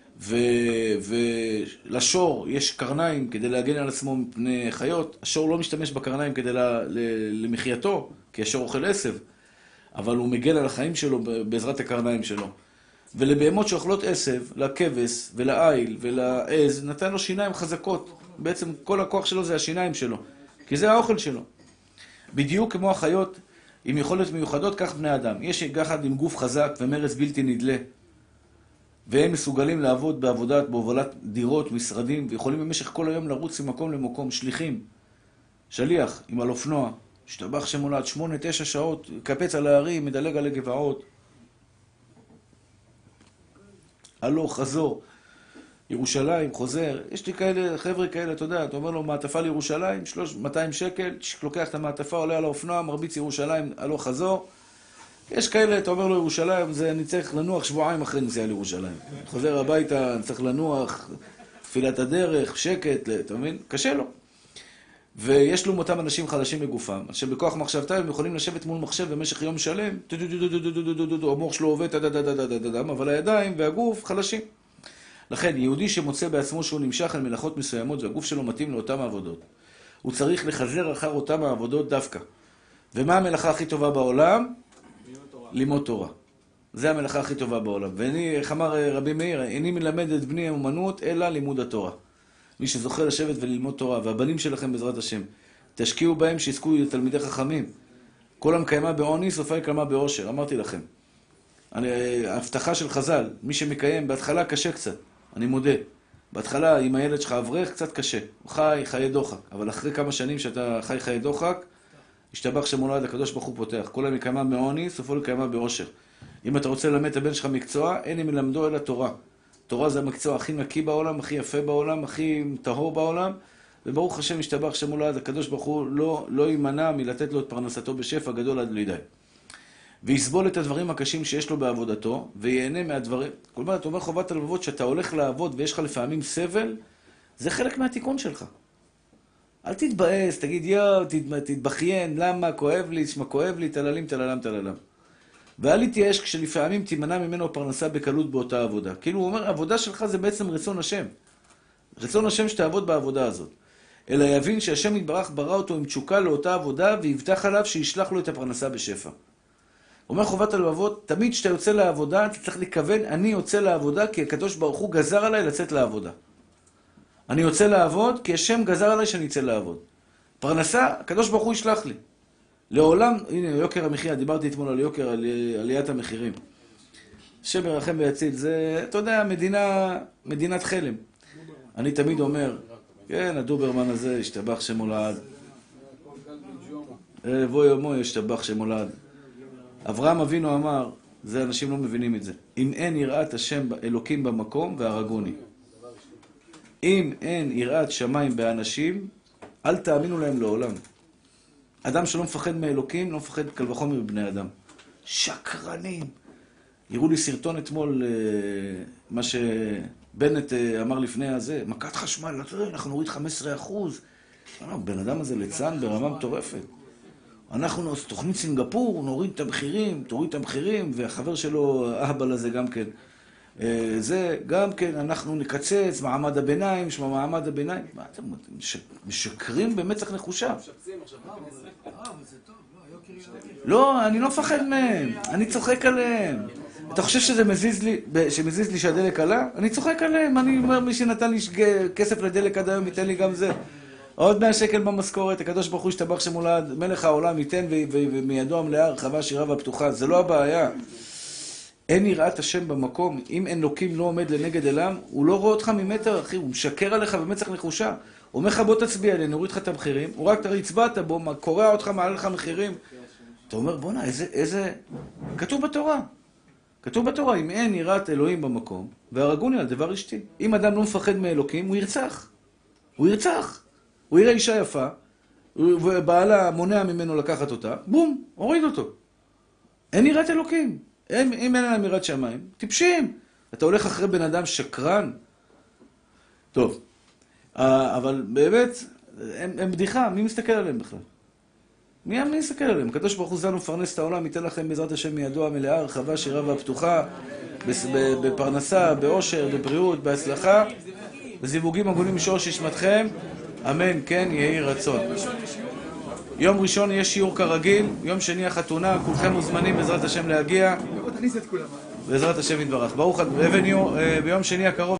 ולשור יש קרניים כדי להגן על עצמו מפני חיות. השור לא משתמש בקרניים כדי למחייתו, כי השור אוכל עשב, אבל הוא מגן על החיים שלו בעזרת הקרניים שלו. ולבהמות שאוכלות עשב, לכבש ולעיל ולעז, נתן לו שיניים חזקות. בעצם כל הכוח שלו זה השיניים שלו, כי זה האוכל שלו. בדיוק כמו החיות עם יכולת מיוחדות, כך בני אדם. יש אחד עם גוף חזק ומרץ בלתי נדלה, והם מסוגלים לעבוד בהובלת דירות, משרדים, ויכולים במשך כל היום לרוץ ממקום למקום, שליחים, שליח עם על אופנוע, שטבח שמולד 8-9 שעות, קפץ על הערים, מדלג על הגבעות, הלוך, חזור, ירושלים, חוזר. יש לי כאלה, חבר'ה כאלה, אתה יודע, אתה אומר לו, מעטפה לירושלים, 200 שקל, לוקח את המעטפה, עולה על האופנוע, מרביץ ירושלים, הלוך, חזור. יש כאלה, אתה אומר לו, ירושלים, אני צריך לנוח שבועיים אחרי נסיעה לירושלים. חוזר הביתה, אני צריך לנוח, תפילת הדרך, שקט, אתה מבין? קשה לו. ויש לו אותם אנשים חלשים בגופם, שבכוח מחשבתם הם יכולים לשבת מול מחשב במשך יום שלם, המוח שלו עובד, אבל הידיים והגוף חלשים. לכן, יהודי שמוצא בעצמו שהוא נמשך על מלאכות מסוימות, והגוף שלו מתאים לאותם העבודות, הוא צריך לחזר אחר אותם העבודות דווקא. ומה המלאכה הכי טובה בעולם? לימוד תורה. זה המלאכה הכי טובה בעולם. ואני, איך אמר רבי מאיר, איני מלמד את בני האומנות, אלא לימוד התורה. מי שזוכה לשבת וללמוד תורה, והבנים שלכם בעזרת השם, תשקיעו בהם שיזכו לתלמידי חכמים. כל המקיימה בעוני, סופה יקיימה באושר, אמרתי לכם. ההבטחה של חז"ל, מי שמקיים, בהתחלה קשה קצת, אני מודה. בהתחלה, עם הילד שלך אברך, קצת קשה. הוא חי חיי דוחק. אבל אחרי כמה שנים שאתה חי חיי דוחק, השתבח שמולד, הקדוש ברוך הוא פותח. כל המקיימה מעוני, סופו לקיימה באושר. אם אתה רוצה ללמד את הבן שלך מקצוע, אין אם ללמדו אלא תורה. תורה זה המקצוע הכי נקי בעולם, הכי יפה בעולם, הכי טהור בעולם, וברוך השם השתבח שמולד, הקדוש ברוך הוא לא יימנע מלתת לו את פרנסתו בשפע גדול עד לידי. ויסבול את הדברים הקשים שיש לו בעבודתו, ויהנה מהדברים. כלומר, אתה אומר חובת הלבבות, שאתה הולך לעבוד ויש לך לפעמים סבל, זה חלק מהתיקון שלך. אל תתבאס, תגיד תתבכיין, למה, כואב לי, שמה כואב לי, תללים, תללם, תללם. ואל תתייאש כשלפעמים תימנע ממנו פרנסה בקלות באותה עבודה. כאילו הוא אומר, העבודה שלך זה בעצם רצון השם. רצון השם שתעבוד בעבודה הזאת. אלא יבין שהשם יתברך ברא אותו עם תשוקה לאותה עבודה, ויבטח עליו שישלח לו את הפרנסה בשפע. אומר חובת הלבבות, תמיד כשאתה יוצא לעבודה, אתה צריך לכוון, אני יוצא לעבודה כי הקדוש ברוך הוא גזר עליי לצאת לעבודה. אני יוצא לעבוד כי השם גזר עליי שאני אצא לעבוד. פרנסה, הקדוש ברוך הוא ישלח לי. לעולם, הנה, יוקר המחיה, דיברתי אתמול על יוקר, על עליית המחירים. השם ירחם ויציל, זה, אתה יודע, מדינת חלם. אני תמיד אומר, כן, הדוברמן הזה, השתבח שמולד. בוא יומו, השתבח שמולד. אברהם אבינו אמר, זה אנשים לא מבינים את זה. אם אין יראת השם אלוקים במקום, והרגוני. אם אין יראת שמיים באנשים, אל תאמינו להם לעולם. אדם שלא מפחד מאלוקים, לא מפחד קל וחומר מבני אדם. שקרנים. יראו לי סרטון אתמול, מה שבנט אמר לפני הזה, מכת חשמל, לא תראה, אנחנו נוריד 15%. בן אדם הזה ליצן ברמה מטורפת. אנחנו תוכנית סינגפור, נוריד את המחירים, תוריד את המחירים, והחבר שלו, אהבל הזה גם כן. זה גם כן, אנחנו נקצץ, מעמד הביניים, שמה מעמד הביניים. מה אתם משקרים במצח נחושה? לא, אני לא מפחד מהם, אני צוחק עליהם. אתה חושב שזה מזיז לי שהדלק עלה? אני צוחק עליהם, אני אומר, מי שנתן לי כסף לדלק עד היום, ייתן לי גם זה. עוד 100 שקל במשכורת, הקדוש ברוך הוא השתבח שמולד, מלך העולם ייתן ומידו המלאה הרחבה השירה והפתוחה. זה לא הבעיה. אין יראת השם במקום. אם אין לוקים לא עומד לנגד אליו, הוא לא רואה אותך ממטר, אחי. הוא משקר עליך במצח נחושה. הוא אומר לך בוא תצביע לי, נוריד לך את המחירים, הוא רק תראי הצבעת בו, קורע אותך, מעלה לך מחירים. אתה אומר בוא'נה, איזה... כתוב בתורה. כתוב בתורה, אם אין יראת אלוהים במקום, והרגוני על דבר אשתי. אם אדם לא מפחד מאלוקים, הוא ירצח. הוא ירצח. הוא יראה אישה יפה, ובעלה מונע ממנו לקחת אותה, בום, הוריד אותו. אין יראת אלוקים. אם אין להם יראת שמיים, טיפשים. אתה הולך אחרי בן אדם שקרן. טוב, אבל באמת, הם בדיחה, מי מסתכל עליהם בכלל? מי מסתכל עליהם? הקדוש ברוך הוא זנו מפרנס את העולם, ייתן לכם בעזרת השם מידו המלאה, רחבה, שירה והפתוחה, בפרנסה, באושר, בבריאות, בהצלחה, בזיווגים הגונים משורש נשמתכם, אמן, כן, יהי רצון. יום ראשון יש שיעור כרגיל, יום שני החתונה, כולכם מוזמנים בעזרת השם להגיע, בעזרת השם יתברך. ברוך ביום שני הקרוב